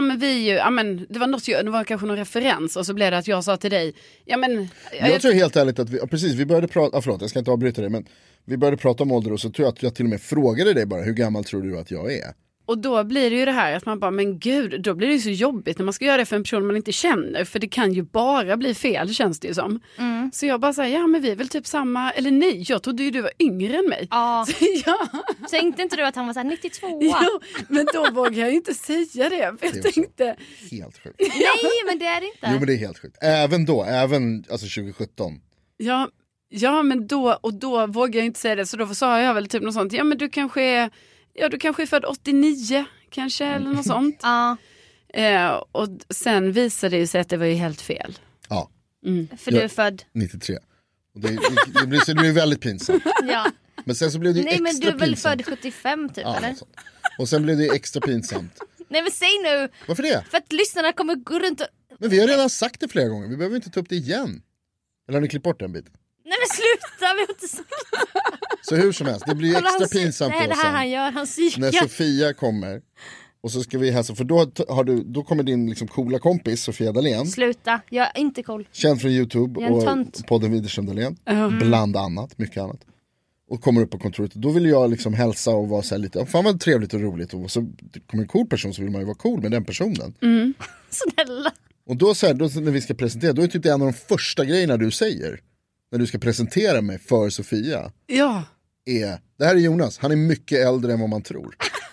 B: det var kanske någon referens, och så blev det att jag sa till dig,
C: jag tror helt ärligt att vi började prata, förlåt jag ska inte avbryta dig, men vi började prata om ålder och så tror jag att jag till och med frågade dig bara, hur gammal tror du att jag är?
B: Och då blir det ju det här att man bara, men gud, då blir det ju så jobbigt när man ska göra det för en person man inte känner. För det kan ju bara bli fel, känns det ju som. Så jag bara säger, men vi är väl typ samma, eller nej, jag trodde ju du var yngre än mig.
A: Ja.
B: Så,
A: tänkte inte du att han var så här 92?
B: Jo, men då vågar jag inte säga det. För jag tänkte...
C: Helt sjukt.
A: Nej, men det är det inte.
C: Jo, men det är helt sjukt. Även alltså 2017.
B: Ja, men då vågar jag inte säga det. Så då sa jag väl typ något sånt. Ja, men du kanske är född 89 kanske, eller något sånt.
A: Ja.
B: Och sen visade det sig att det var ju helt fel.
C: Ja.
A: För du är född
C: 93. Och det blir väldigt pinsamt.
A: Ja.
C: Men sen så blev det ju extra
A: pinsamt. Nej, men du är väl
C: pinsamt.
A: född 75 typ, eller?
C: Och sen blev det extra pinsamt.
A: Nej, men säg nu.
C: Varför det?
A: För att lyssnarna kommer gå runt och...
C: Men vi har redan sagt det flera gånger. Vi behöver inte ta upp det igen. Eller har ni klippt bort den biten?
A: Nej, men sluta, vi har inte sagt.
C: Så hur som helst, det blir extra pinsamt
A: det här han gör, han psykar.
C: när Sofia kommer. Och så ska vi hälsa, för då kommer din liksom coola kompis Sofia Dalén.
A: Sluta, jag är inte cool.
C: Känd från YouTube och
A: tönt.
C: podden Widerström Dahlén. Bland annat, mycket annat. Och kommer upp på kontoret. Då vill jag liksom hälsa och vara så här lite, fan vad trevligt och roligt. Och så kommer en cool person, så vill man ju vara cool med den personen.
A: Snälla.
C: Och då när vi ska presentera, då är typ det en av de första grejerna du säger. När du ska presentera mig för Sofia.
B: Ja.
C: det här är Jonas, han är mycket äldre än vad man tror.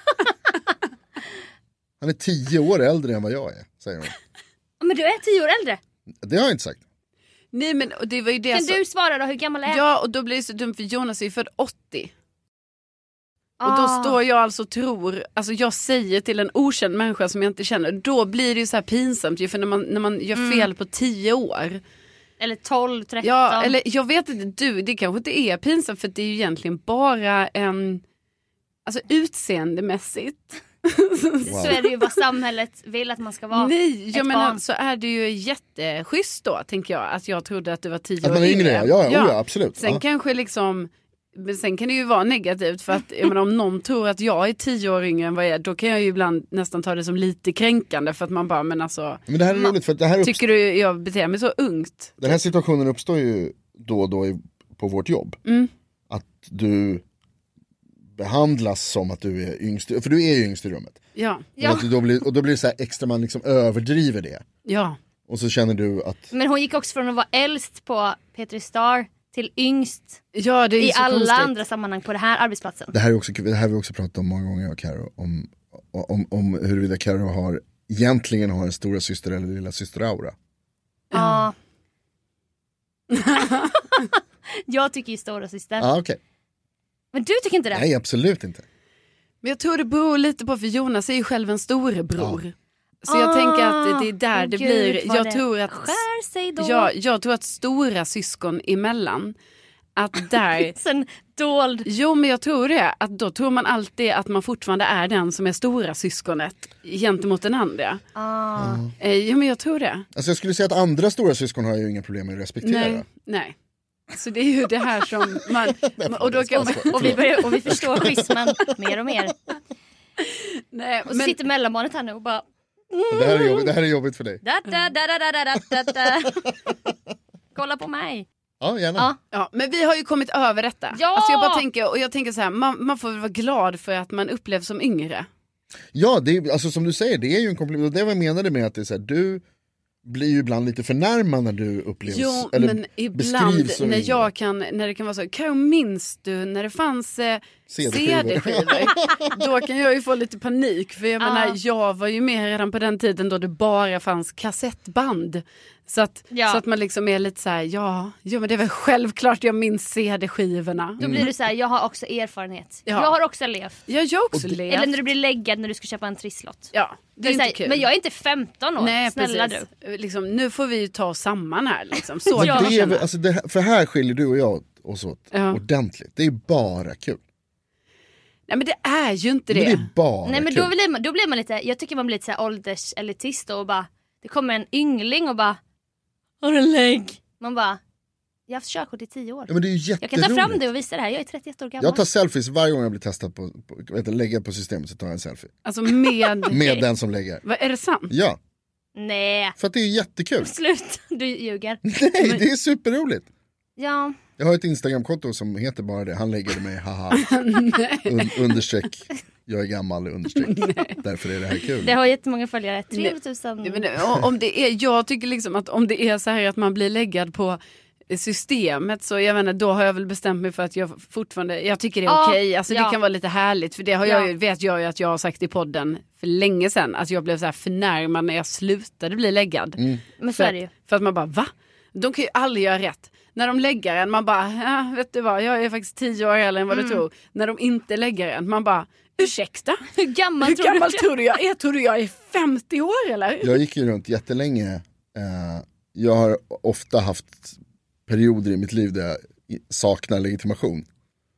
C: Han är 10 år äldre än vad jag är, säger hon.
A: Men du är 10 år äldre.
C: Det har jag inte sagt.
B: Nej, men det var ju det.
A: Kan du svara då, hur gammal är?
B: Ja, och då blir det så dumt för Jonas är ju född 80. Och då står jag alltså och tror, alltså jag säger till en okänd människa som jag inte känner, då blir det ju så här pinsamt ju, för när man gör fel på 10 år.
A: Eller 12, 13.
B: Ja, eller jag vet inte, det kanske inte är pinsamt, för det är ju egentligen bara alltså utseendemässigt.
C: Wow.
A: Så är det ju vad samhället vill att man ska vara.
B: Nej, jag menar, så är det ju jätteschysst då, tänker jag, att jag trodde att du var 10 år
C: yngre. Att man är yngre, ja, absolut.
B: Sen kanske liksom, men sen kan det ju vara negativt, för att jag menar, om någon tror att jag är 10 år yngre än vad jag är, då kan jag ju ibland nästan ta det som lite kränkande, för att man bara, men alltså,
C: men det här är roligt, för det här
B: tycker du jag beter mig så ungt?
C: Den här situationen uppstår ju då och då på vårt jobb. Att du behandlas som att du är yngst, för du är ju yngst i rummet.
B: Ja.
C: Att då blir det så här extra, man liksom överdriver det.
B: Ja.
C: Och så känner du att...
A: Men hon gick också från att vara äldst på Petri Star till yngst
B: det är
A: i
B: så
A: alla
B: konstigt.
A: andra sammanhang på den här arbetsplatsen.
C: Det här har vi också pratat om många gånger, jag och Karo, om huruvida Karo egentligen har en stora syster eller lilla syster-aura.
A: Ja. Jag tycker ju stora syster.
C: Ja, okej.
A: Men du tycker inte det?
C: Nej, absolut inte.
B: Men jag tror det beror lite på, för Jonas är ju själv en storebror. Ja. Så jag tänker att det är där det blir. Jag tror att
A: skär sig då.
B: Jag tror att stora syskon emellan, att där
A: sen dold.
B: Jo, men jag tror det, att då tror man alltid att man fortfarande är den som är stora syskonet gentemot den andra. Jo, men jag tror det.
C: Alltså jag skulle säga att andra stora syskon har ju inga problem med att respektera.
B: Nej. Så det är ju det här som man...
A: och vi förstår schismen mer och mer.
B: Nej,
A: och så sitter mellanbarnet här nu och bara...
C: Det här är jobbigt för dig.
A: Kolla på mig.
C: Ja, gärna.
B: Ja, men vi har ju kommit över detta.
A: Ja!
B: Alltså jag tänker så här, man får väl vara glad för att man upplevs som yngre.
C: Ja, det är, alltså som du säger, det är ju en komplimang. Det var jag menade med att det är så här, du blir ju ibland lite förnärmad när du upplevs.
B: Jo,
C: eller
B: men ibland när det kan vara så. Kan minns du när det fanns CD-skivor? Då kan jag ju få lite panik, för jag menar, jag var ju med redan på den tiden då det bara fanns kassettband. Så att man liksom är lite så här, ja, men det är väl självklart jag minns CD-skivorna.
A: Då blir du så här, jag har också erfarenhet. Ja. Jag har också levt.
B: Jag har också levt.
A: Eller när du blir läggad när du ska köpa en trisslott.
B: Ja, det är inte kul.
A: Men jag är inte 15 år,
B: nej,
A: snälla
B: precis.
A: du.
B: Liksom, nu får vi ju ta oss samman här. Liksom. Så
C: det är, alltså för här skiljer du och jag oss åt ordentligt. Det är bara kul.
B: Nej, men det är ju inte det.
C: Men det är bara
A: nej, men
C: kul.
A: då blir man lite, jag tycker man blir lite så här ålderselitist och bara, det kommer en yngling och bara, har du en lägg? Man bara, jag har haft körkort i 10 år.
C: Ja, men det är ju
A: jag kan ta fram det och visa det här, jag är 31 år gammal.
C: Jag tar selfies varje gång jag blir testad på läggad på systemet, så tar jag en selfie.
B: Alltså med
C: den som lägger.
B: Vad, är det sant?
C: Ja.
A: Nej.
C: För att det är jättekul.
A: Slut, du ljuger.
C: Nej, det är superroligt.
A: Ja.
C: Jag har ett Instagramkonto som heter bara det. Han lägger mig, haha. Understreck. Jag är gammal, understreck. Därför är det här kul.
A: Det har jättemånga följare. 3000.
B: Om det är, jag tycker liksom att om det är så här att man blir läggad på systemet, så jag menar, då har jag väl bestämt mig för att jag fortfarande, jag tycker det är okej. Alltså det kan vara lite härligt, för det har jag ju, vet jag ju att jag har sagt i podden för länge sedan, att jag blev så här förnärmad när jag slutade bli läggad.
A: Men så är det ju.
B: För att man bara, va? De kan ju aldrig göra rätt. När de lägger en, man bara, ja, vet du vad, jag är faktiskt 10 år äldre än vad du tror. När de inte lägger en, man bara, ursäkta?
A: Hur gammal
B: tror du jag är? Tror du jag är 50 år eller?
C: Jag gick ju runt jättelänge. Jag har ofta haft perioder i mitt liv där jag saknar legitimation.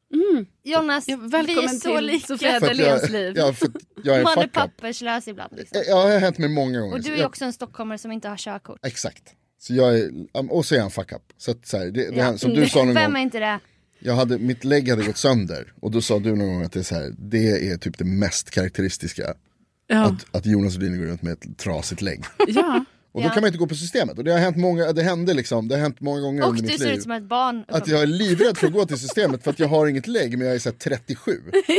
A: Jonas, välkommen vi är så lika.
B: Sofia Dahléns liv.
C: Ja, för jag är
A: man är papperslös ibland. Liksom.
C: Ja, det har hänt mig många gånger.
A: Och du är också en stockholmare som inte har körkort.
C: Exakt. Så jag är, och så är jag en fuck up. Så att, så här, det som du sa någon
A: vem
C: gång.
A: är inte det?
C: Mitt lägg hade gått sönder. Och då sa du någon gång att det är så här, det är typ det mest karaktäristiska. Att Jonas och Dina går runt med ett trasigt lägg.
B: Ja.
C: Och då kan man inte gå på systemet. Och det har hänt många gånger under mitt liv.
A: Och du ser ut som ett barn.
C: Att jag är livrädd för att gå till systemet för att jag har inget lägg, men jag är så här 37.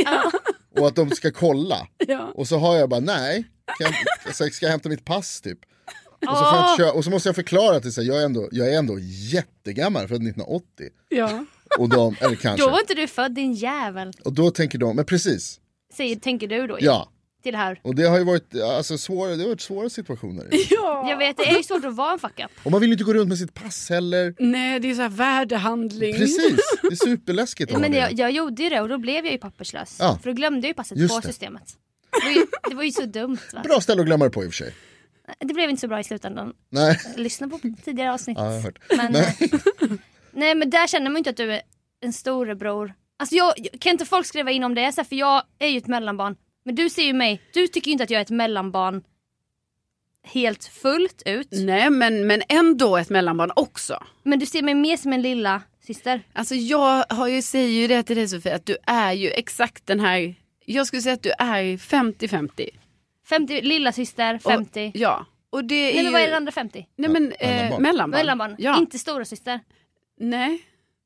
C: Och att de ska kolla. Och så har jag bara, nej, ska jag hämta mitt pass typ. Och så, får jag köra, och så måste jag förklara att jag är ändå jättegammal, för 1980.
B: Ja.
C: Och de, eller kanske.
A: Då var inte du född, din jävel.
C: Och då tänker de, men precis.
A: Tänker du då?
C: Ja.
A: Till det här.
C: Och det har ju varit svåra situationer.
B: Ja.
A: Jag vet, det är ju svårt att vara en fuck up.
C: Och man vill ju inte gå runt med sitt pass heller.
B: Nej, det är så här värdehandling.
C: Precis, det är superläskigt.
A: Men jag gjorde ju det och då blev jag ju papperslös.
C: Ja.
A: För då glömde jag ju passet
C: Just
A: på
C: det.
A: systemet. Det var ju så dumt, va?
C: Bra ställe att glömma det på i och för sig.
A: Det blev inte så bra i slutändan.
C: Nej.
A: Lyssna på tidigare avsnitt.
C: Ja, jag har hört.
A: Men, nej, men där känner man inte att du är en storebror. Alltså kan inte folk skriva in om det? Så här, för jag är ju ett mellanbarn. Men du ser ju mig. Du tycker ju inte att jag är ett mellanbarn helt fullt ut.
B: Nej, men ändå ett mellanbarn också.
A: Men du ser mig mer som en lilla syster.
B: Alltså säger ju det till dig, Sofie, att du är ju exakt den här. Jag skulle säga att du är 50-50.
A: 50 lilla syster, 50.
B: Ja. Och det är
A: nej, men vad är det andra 50?
B: Nej, men mellanbarn. Ja.
A: Inte stora syster.
B: Nej.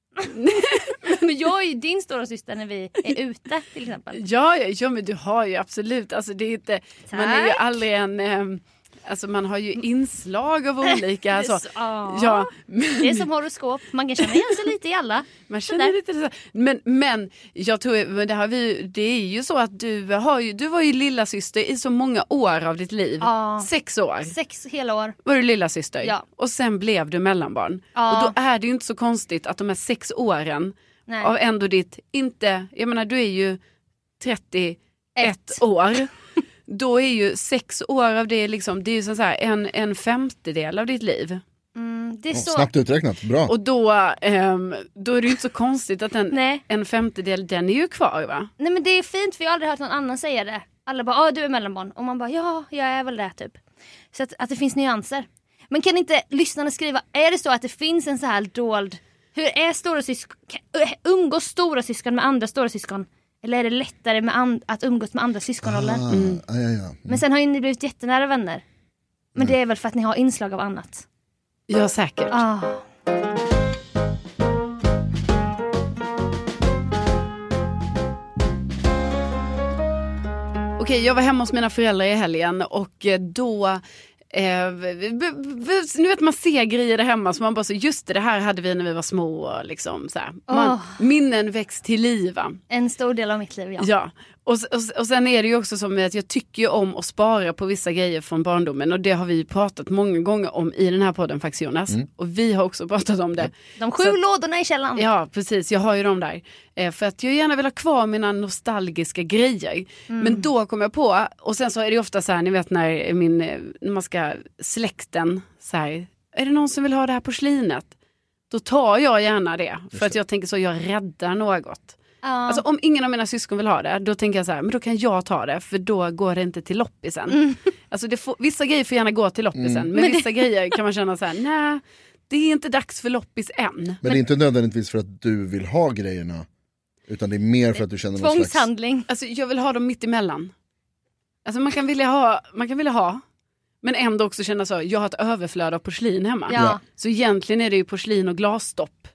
A: Men jag är ju din stora syster när vi är ute till exempel.
B: Ja, men du har ju absolut, alltså det är inte,
A: tack.
B: Man är ju aldrig en, alltså man har ju inslag av olika, alltså, ja.
A: Det är som horoskop, man kan känna igen sig lite i alla.
B: Man känner lite så. Men jag tror, men det är ju så att du var ju lilla syster i så många år av ditt liv. 6 år.
A: 6 hela år.
B: Var du lilla syster?
A: Ja.
B: Och sen blev du mellanbarn.
A: Ja.
B: Och då är det ju inte så konstigt att de här 6 åren av ändå ditt, inte, jag menar du är ju 31 år. Då är ju 6 år av det liksom, det är ju så här en femtedel av ditt liv.
A: Det är så.
C: Snabbt uträknat, bra.
B: Och då är det ju inte så konstigt att en femtedel, den är ju kvar, va?
A: Nej, men det är fint, för jag har aldrig hört någon annan säga det. Alla bara, du är mellanbarn. Och man bara, ja, jag är väl det typ. Så att det finns nyanser. Men kan inte lyssnarna skriva, är det så att det finns en så här dold, hur är stora syskon, umgås stora syskon med andra stora syskon? Eller är det lättare att umgås med andra syskonroller? Men sen har ju ni blivit jättenära vänner. Men det är väl för att ni har inslag av annat.
B: Ja, säkert. Okej, jag var hemma hos mina föräldrar i helgen och då nu vet man ser grejer där hemma så man bara så, just det här hade vi när vi var små liksom så här. Minnen väcks till liv, va?
A: En stor del av mitt liv,
B: ja. Och sen är det ju också som att jag tycker om att spara på vissa grejer från barndomen, och det har vi pratat många gånger om i den här podden faktiskt, Jonas. Och vi har också pratat om det.
A: De 7 lådorna i källaren.
B: Ja, precis. Jag har ju dem där. För att jag gärna vill ha kvar mina nostalgiska grejer. Men då kom jag på, och sen så är det ofta så här, ni vet när man ska släkten så här, är det någon som vill ha det här porslinet? Då tar jag gärna det. För att jag tänker så, jag räddar något. Alltså om ingen av mina syskon vill ha det, då tänker jag så här, men då kan jag ta det, för då går det inte till loppisen. Alltså vissa grejer får gärna gå till loppisen, men vissa grejer kan man känna så här, nej, det är inte dags för loppis än.
C: Men det är inte nödvändigtvis för att du vill ha grejerna, utan det är mer för att du känner någon
A: tvångshandling.
C: slags...
B: Alltså jag vill ha dem mitt emellan. Alltså man kan vilja ha, men ändå också känna så, jag har ett överflöd av porslin hemma.
A: Ja.
B: Så egentligen är det ju porslin och glasstopp.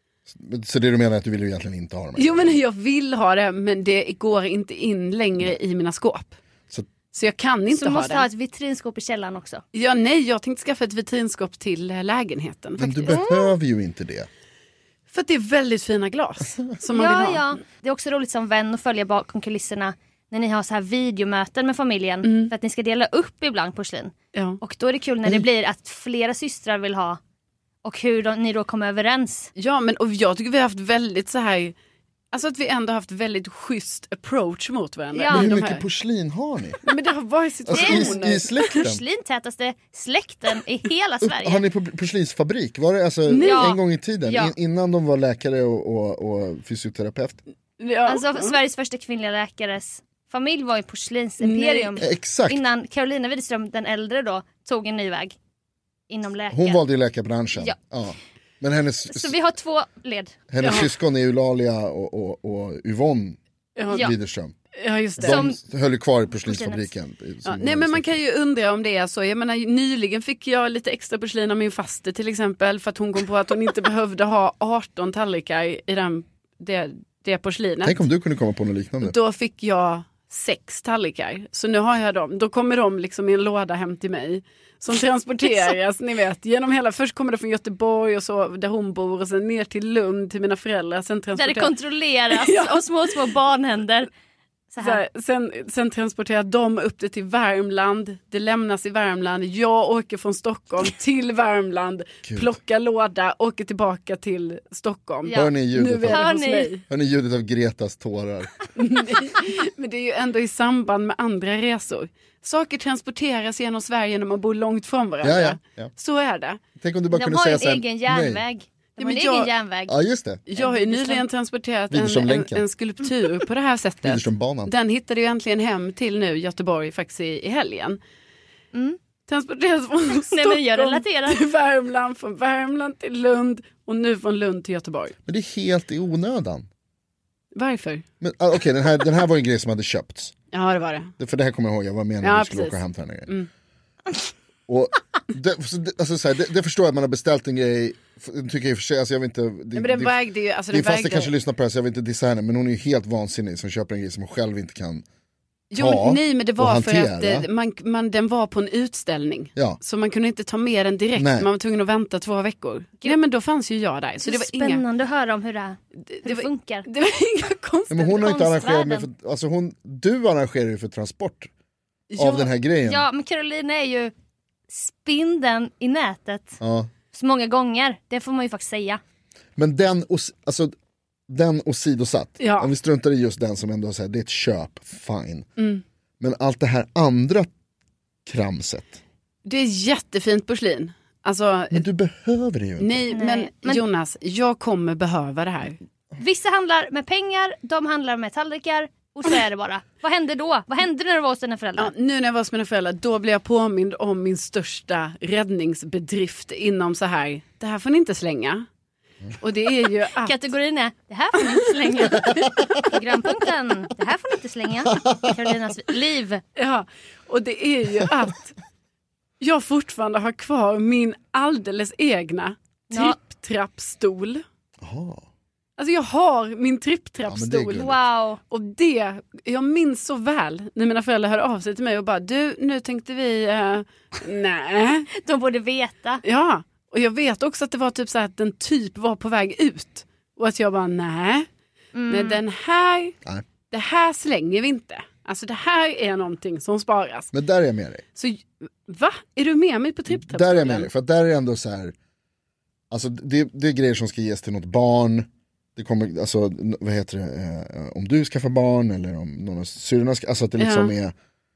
C: Så det du menar är att du vill ju egentligen inte ha dem?
B: Jo, men jag vill ha det, men det går inte in längre i mina skåp. Så jag kan inte ha det. Så
A: måste ha ett vitrinskåp i källaren också.
B: Ja, nej, jag tänkte skaffa ett vitrinskåp till lägenheten.
C: Men du behöver ju inte det.
B: För att det är väldigt fina glas som man vill ha.
A: Ja, det är också roligt som vän att följa bakom kulisserna när ni har så här videomöten med familjen. För att ni ska dela upp ibland porslin. Ja. Och då är det kul när det blir att flera systrar vill ha. Och hur ni då kommer överens.
B: Ja, men och jag tycker vi har haft väldigt så här, alltså att vi ändå haft väldigt schysst approach mot varandra.
A: Ja.
C: Men hur mycket porslin har ni?
B: Men det har varit situationer.
C: Alltså i släkten?
A: Porslintätaste släkten i hela Sverige.
C: Har ni porslinsfabrik? Var det alltså en gång i tiden? Innan de var läkare och fysioterapeut?
A: Ja. Alltså Sveriges första kvinnliga läkares familj var ju porslinsimperium.
C: Exakt.
A: Innan Carolina Widerström, den äldre då, tog en ny väg inom läkare.
C: Hon valde ju läkarbranschen.
A: Ja.
C: Men
A: så vi har 2 led.
C: Hennes syskon är Eulalia och Yvonne Widerström.
B: Ja, just det.
C: De höll kvar i porslinsfabriken.
B: Nej, men man kan ju undra om det är så. Jag menar, nyligen fick jag lite extra porslin av min faster till exempel, för att hon kom på att hon inte behövde ha 18 tallrikar i det porslinet.
C: Tänk om du kunde komma på något liknande.
B: Då fick jag 6 tallrikar. Så nu har jag dem. Då kommer de liksom i en låda hem till mig. Som transporteras, ni vet, genom hela... Först kommer det från Göteborg och så där hon bor. Och sen ner till Lund till mina föräldrar. Sen
A: där det kontrolleras av små barnhänder.
B: Sen transporterar de upp det till Värmland. Det lämnas i Värmland. Jag åker från Stockholm till Värmland. Plockar låda, åker tillbaka till Stockholm.
C: Hör ni ljudet,
B: Hör
C: ni ljudet av Gretas tårar?
B: Nej, men det är ju ändå i samband med andra resor. Saker transporteras genom Sverige när man bor långt från varandra.
C: Ja.
B: Så är det.
C: Tänk om du bara
A: de
C: kunde
A: har
C: säga
A: en
C: så här,
A: egen järnväg. De har en egen järnväg.
C: Ja, just det.
B: Jag har ju nyligen transporterat en skulptur på det här sättet. Den hittade ju äntligen hem till nu Göteborg faktiskt i helgen. Transporteras från Stockholm till Värmland, från Värmland till Lund och nu från Lund till Göteborg.
C: Men det är helt i onödan.
B: Varför?
C: Okej, den här var en grej som hade köpts.
B: Ja, det var det.
C: För det här kommer jag ihåg, jag var med när vi skulle åka och hämta den här grejen. Och det förstår jag att man har beställt en grej, tycker jag för sig, alltså jag vet inte,
B: men den vägde ju, alltså
C: din faster kanske lyssnar på det, så jag vill inte dissa henne, men hon är ju helt vansinnig som köper en grej som hon själv inte kan
B: nej, men det var för att den var på en utställning. Ja. Så man kunde inte ta med den direkt. Nej. Man var tvungen att vänta 2 veckor. Nej, men då fanns ju jag där. Så det var
A: spännande att höra om hur det funkar.
B: Det var inga konstigt.
C: Men hon har inte arrangerat med för, alltså du arrangerar ju för transport av den här grejen.
A: Ja, men Carolina är ju spindeln i nätet. Ja. Så många gånger, det får man ju faktiskt säga.
C: Men den åsidosatt. Ja. Om vi struntar i just den som ändå säger det är ett köp, fine. Men allt det här andra kramset.
B: Det är jättefint porslin. Alltså,
C: men du behöver det ju inte.
B: Nej, men Jonas, jag kommer behöva det här.
A: Vissa handlar med pengar, de handlar med tallrikar. Och så är det bara. Vad hände då? Vad hände när du var hos dina föräldrar?
B: Ja, nu när jag var hos mina föräldrar, då blev jag påmind om min största räddningsbedrift inom så här. Det här får ni inte slänga. Och det är ju att...
A: Kategorin är, det här får ni inte slänga. Programpunkten, det här får ni inte slänga. Karolinas liv.
B: Ja, och det är ju att jag fortfarande har kvar min alldeles egna tripptrappstol.
C: Jaha.
B: Alltså jag har min tripptrappstol.
A: Wow.
B: Och jag minns så väl när mina föräldrar hörde av sig till mig och bara, du, nu tänkte vi, nej.
A: De borde veta.
B: Ja, och jag vet också att det var typ så här att den typ var på väg ut. Och att jag bara, nej, det här slänger vi inte. Alltså det här är någonting som sparas.
C: Men där är jag med dig.
B: Så, va? Är du med mig på tripptrappstolen?
C: Där är jag med dig, för att där är det ändå så här, alltså det är grejer som ska ges till något barn. Det kommer, alltså, vad heter det, om du skaffar barn eller om någon av syrrorna ska, alltså att det liksom är...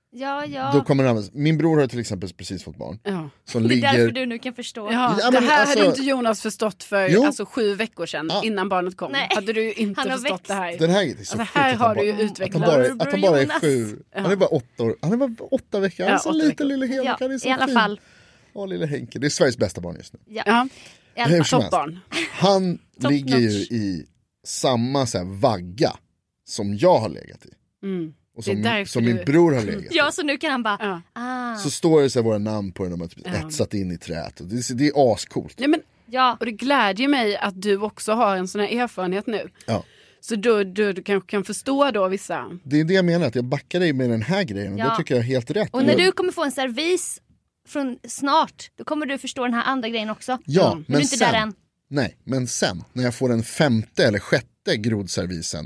A: Ja.
C: Då kommer det, min bror har till exempel precis fått barn.
B: Ja.
C: Som
A: det är
C: ligger...
A: därför du nu kan förstå.
B: Ja, det här hade inte Jonas förstått för 7 veckor sedan innan barnet kom. Nej. Hade du inte förstått det här.
C: Den här är så
B: här har du ju utvecklat.
C: Att han bara är 7. Han är bara 8 år. Han är bara 8 veckor. Han är så liten lille Henke. Han är så
A: i alla
C: fin.
A: fall.
C: Lille Henke. Det är Sveriges bästa barn just nu.
B: Ja.
C: Toppbarn. Han ligger ju i samma så här vagga som jag har legat i. Och som min bror har legat i.
A: Ja, så nu kan han bara
C: Så står det så här våra namn på den, de har typ etsat in i träet. Och det är ascoolt.
B: Ja, och det glädjer mig att du också har en sån här erfarenhet nu. Ja. Så du kanske kan förstå då vissa.
C: Det är det jag menar, att jag backar dig med den här grejen. Och det tycker jag är helt rätt.
A: Och när du kommer få en servis från snart, då kommer du förstå den här andra grejen också.
C: Ja, men
A: du är inte
C: sen,
A: där än.
C: Nej, men sen när jag får den 5:e eller 6:e grodservisen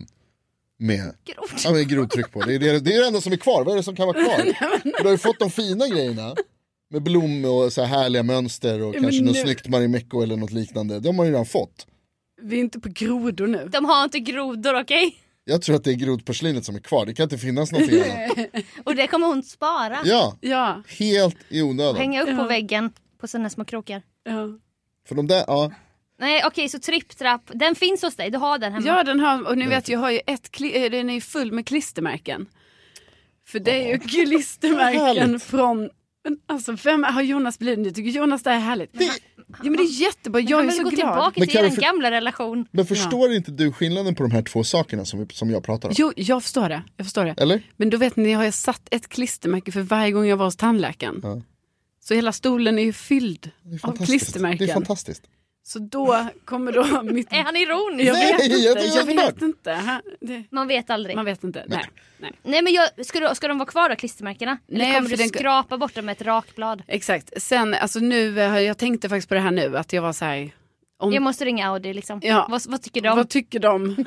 C: med grodtryck på. Det är det enda som är kvar. Vad är det som kan vara kvar? Du har ju fått de fina grejerna med blommor och så här härliga mönster och kanske något snyggt Marimekko eller något liknande. De har ju redan fått.
B: Vi är inte på grodor nu.
A: De har inte grodor, okej?
C: Jag tror att det är grodporslinet som är kvar. Det kan inte finnas någonting annat.
A: Och det kommer hon spara.
C: Ja. Helt i onödan.
A: Hänga upp på väggen på sådana små krokar.
B: Ja.
C: För de där,
A: Nej, okej, så tripptrapp, den finns hos dig, du har den hemma.
B: Ja, den har, och ni vet, jag har ju den är full med klistermärken. För det är ju klistermärken från, alltså vem har Jonas blivit? Jag tycker Jonas det är härligt. Ja, men det är jättebra, jag är så glad.
A: Tillbaka till en gamla relation.
C: Men förstår inte du skillnaden på de här 2 sakerna som jag pratar om?
B: Jo, jag förstår det. Eller? Men då vet ni, jag har satt ett klistermärke för varje gång jag var hos tandläkaren. Ja. Så hela stolen är ju fylld av klistermärken.
C: Det är fantastiskt.
B: Så då kommer då mitt...
A: Är han ironisk?
B: Jag vet inte.
A: Man vet aldrig.
B: Man vet inte.
A: Nej men ska de vara kvar då, klistermärkena? Eller kommer du skrapa bort dem med ett rakblad?
B: Exakt. Sen, alltså nu, jag tänkte faktiskt på det här nu. Att jag var så här...
A: Jag måste ringa Audi liksom.
B: Ja.
A: Vad tycker de?
B: Vad tycker de?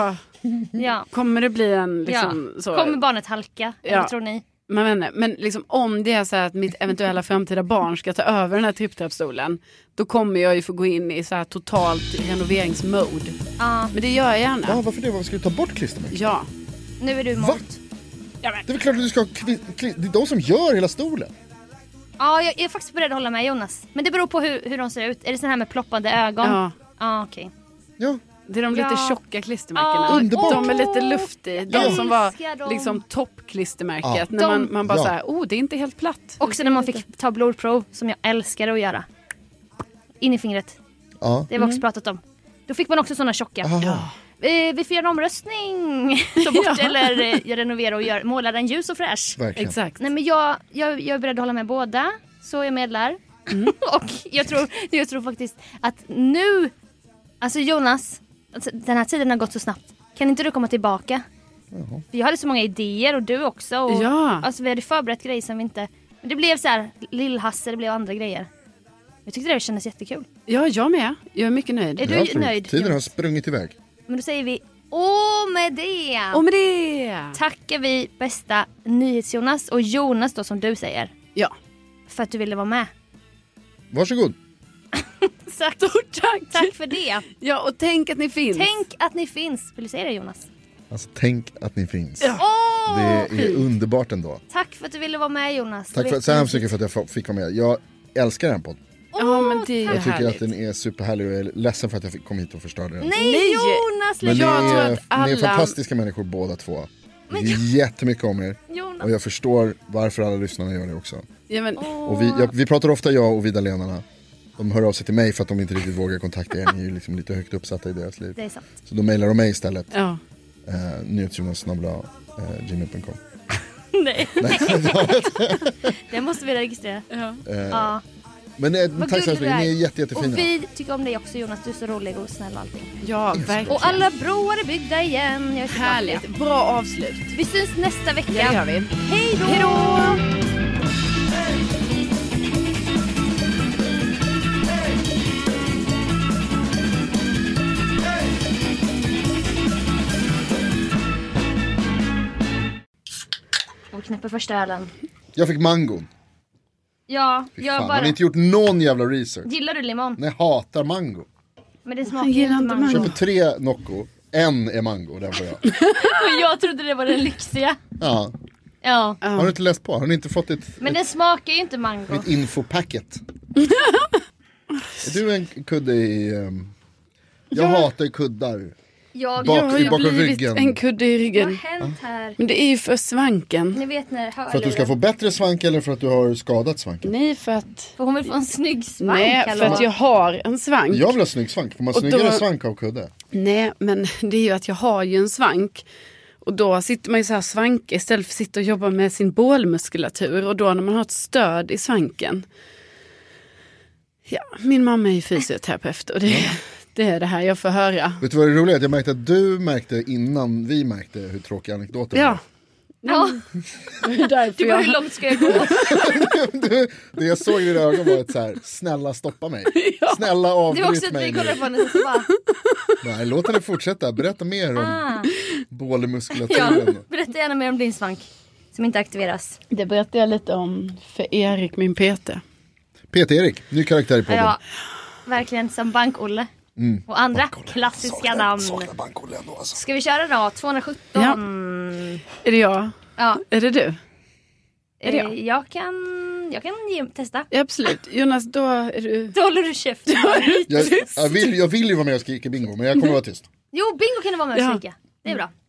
B: Kommer det bli en liksom, så...
A: Kommer barnet halka? Eller tror ni?
B: Men liksom, om det är så här att mitt eventuella framtida barn ska ta över den här tripptrappstolen, då kommer jag ju få gå in i så här totalt renoveringsmode. Men det gör jag gärna.
C: Ja, varför det? Varför ska du ta bort klistermärken?
B: Ja.
A: Nu är du emot.
C: Va? Det är väl klart att du ska ha det är de som gör hela stolen.
A: Ja, jag är faktiskt beredd att hålla med Jonas. Men det beror på hur de ser ut. Är det sån här med ploppande ögon? Ja, okej.
C: Ja.
B: Det är de lite tjocka klistermärkena.
C: Underbart.
B: De är lite luftiga. De som var liksom toppklistermärket. När man bara såhär, det är inte helt platt.
A: Också när man fick ta blodprov, som jag älskade att göra. In i fingret.
C: Ja.
A: Det har vi också pratat om. Då fick man också såna tjocka. Vi får göra en omröstning. Ta bort eller renovera och måla den ljus och fräsch.
C: Verkligen.
B: Exakt.
A: Nej, men jag är beredd att hålla med båda. Så jag medlar. Och jag tror faktiskt att nu... Alltså Jonas, den här tiden har gått så snabbt. Kan inte du komma tillbaka? För jag hade så många idéer och du också. Och, alltså vi hade förberett grejer som vi inte... Men det blev så här, Lill-Hasse, det blev andra grejer. Jag tyckte det kändes jättekul.
B: Ja, jag med. Jag är mycket nöjd.
A: Är du nöjd?
C: Tiden har sprungit iväg.
A: Men då säger vi, med det!
B: Och med det!
A: Tackar vi bästa NyhetsJonas och Jonas då, som du säger.
B: Ja.
A: För att du ville vara med.
C: Varsågod.
B: Stort tack.
A: Tack för det.
B: Ja, och tänk att ni finns.
A: Tänk att ni finns. Vill du säga det, Jonas?
C: Alltså tänk att ni finns.
A: Ja.
C: Det är underbart ändå.
A: Tack för att du ville vara med, Jonas.
C: Tack så hemskt mycket för att jag fick vara med. Jag älskar den podden.
B: Ja, men det är
C: jag tycker
B: härligt.
C: att den är superhärlig och jag är ledsen för att jag kom hit och förstörde den.
A: Nej, Jonas!
C: Men ni är fantastiska människor båda två. Det är jättemycket om er.
A: Jonas.
C: Och jag förstår varför alla lyssnarna gör det också.
B: Ja, men...
C: Och vi pratar ofta, jag och Vidalenarna. De hör av sig till mig för att de inte riktigt vågar kontakta er. Ni är ju liksom lite högt uppsatta i deras liv.
A: Det är sant.
C: Så då mejlar de mig istället.
B: Ja.
C: nyhetsjonas@gmail.com.
A: Nej. Det måste vi registrera. Ja.
C: Men tack så mycket, ni är jättefina.
A: Och vi tycker om dig också, Jonas. Du är så rolig och snäll och allting.
B: Ja, verkligen.
A: Och alla broar är byggda igen. Jag är
B: härligt, bra avslut.
A: Vi syns nästa vecka.
B: Det gör vi.
A: Hej då! Och knäpper första ölen.
C: Jag fick mangon.
A: Ja, jag bara...
C: Har ni inte gjort någon jävla research?
A: Gillar du limon?
C: Nej, hatar mango.
A: Men det smakar inte mango.
C: Köper 3 Nocco, en är mango, den får jag.
A: Och jag trodde det var den lyxiga.
C: Ja. Har du inte läst på? Har ni inte fått
A: Men den smakar ju inte mango.
C: Ett infopacket. Är du en kudde i... Jag hatar kuddar.
B: Jag har ju blivit en kudde i ryggen.
A: Vad har hänt här?
B: Men det är ju för svanken.
A: Ni vet när
C: för att du ska få bättre svank eller för att du har skadat svanken?
B: Nej, för att...
A: För hon vill få en snygg svank.
B: Nej, för att jag har en svank.
C: Jag vill ha snygg svank. Får man snyggare svank av kudde?
B: Nej, men det är ju att jag har ju en svank. Och då sitter man ju så här svank istället för att sitta och jobba med sin bålmuskulatur. Och då när man har ett stöd i svanken. Ja, min mamma är ju fysioterapeut och det är det här jag får höra.
C: Vet du vad det är roligt? Jag märkte att du märkte innan vi märkte hur tråkig anekdoten var.
A: Ja. Du bara, hur långt ska jag gå?
C: Det jag såg i dina ögon var ett så här, snälla stoppa mig. Snälla avbryt mig.
A: Det är också att vi kollar på henne så bara...
C: Nej, låt henne fortsätta. Berätta mer om bålmuskulaturen.
A: Ja, berätta gärna mer om din svank som inte aktiveras.
B: Det berättar jag lite om för Erik, min PT.
C: PT-Erik, ny karaktär i podden.
A: Ja, verkligen som Bank-Olle. Och andra klassiska namn.
C: Saknar Bank-Olle ändå alltså.
A: Ska vi köra då? 217.
B: Ja. Är det jag?
A: Ja.
B: Är det du?
A: Är det jag? Jag kan testa.
B: Ja, absolut. Jonas, då är du...
A: Då håller du käft.
C: Jag vill ju vara med och skrika bingo, men jag kommer vara tyst.
A: Jo, bingo kan du vara med och skrika. Det är bra.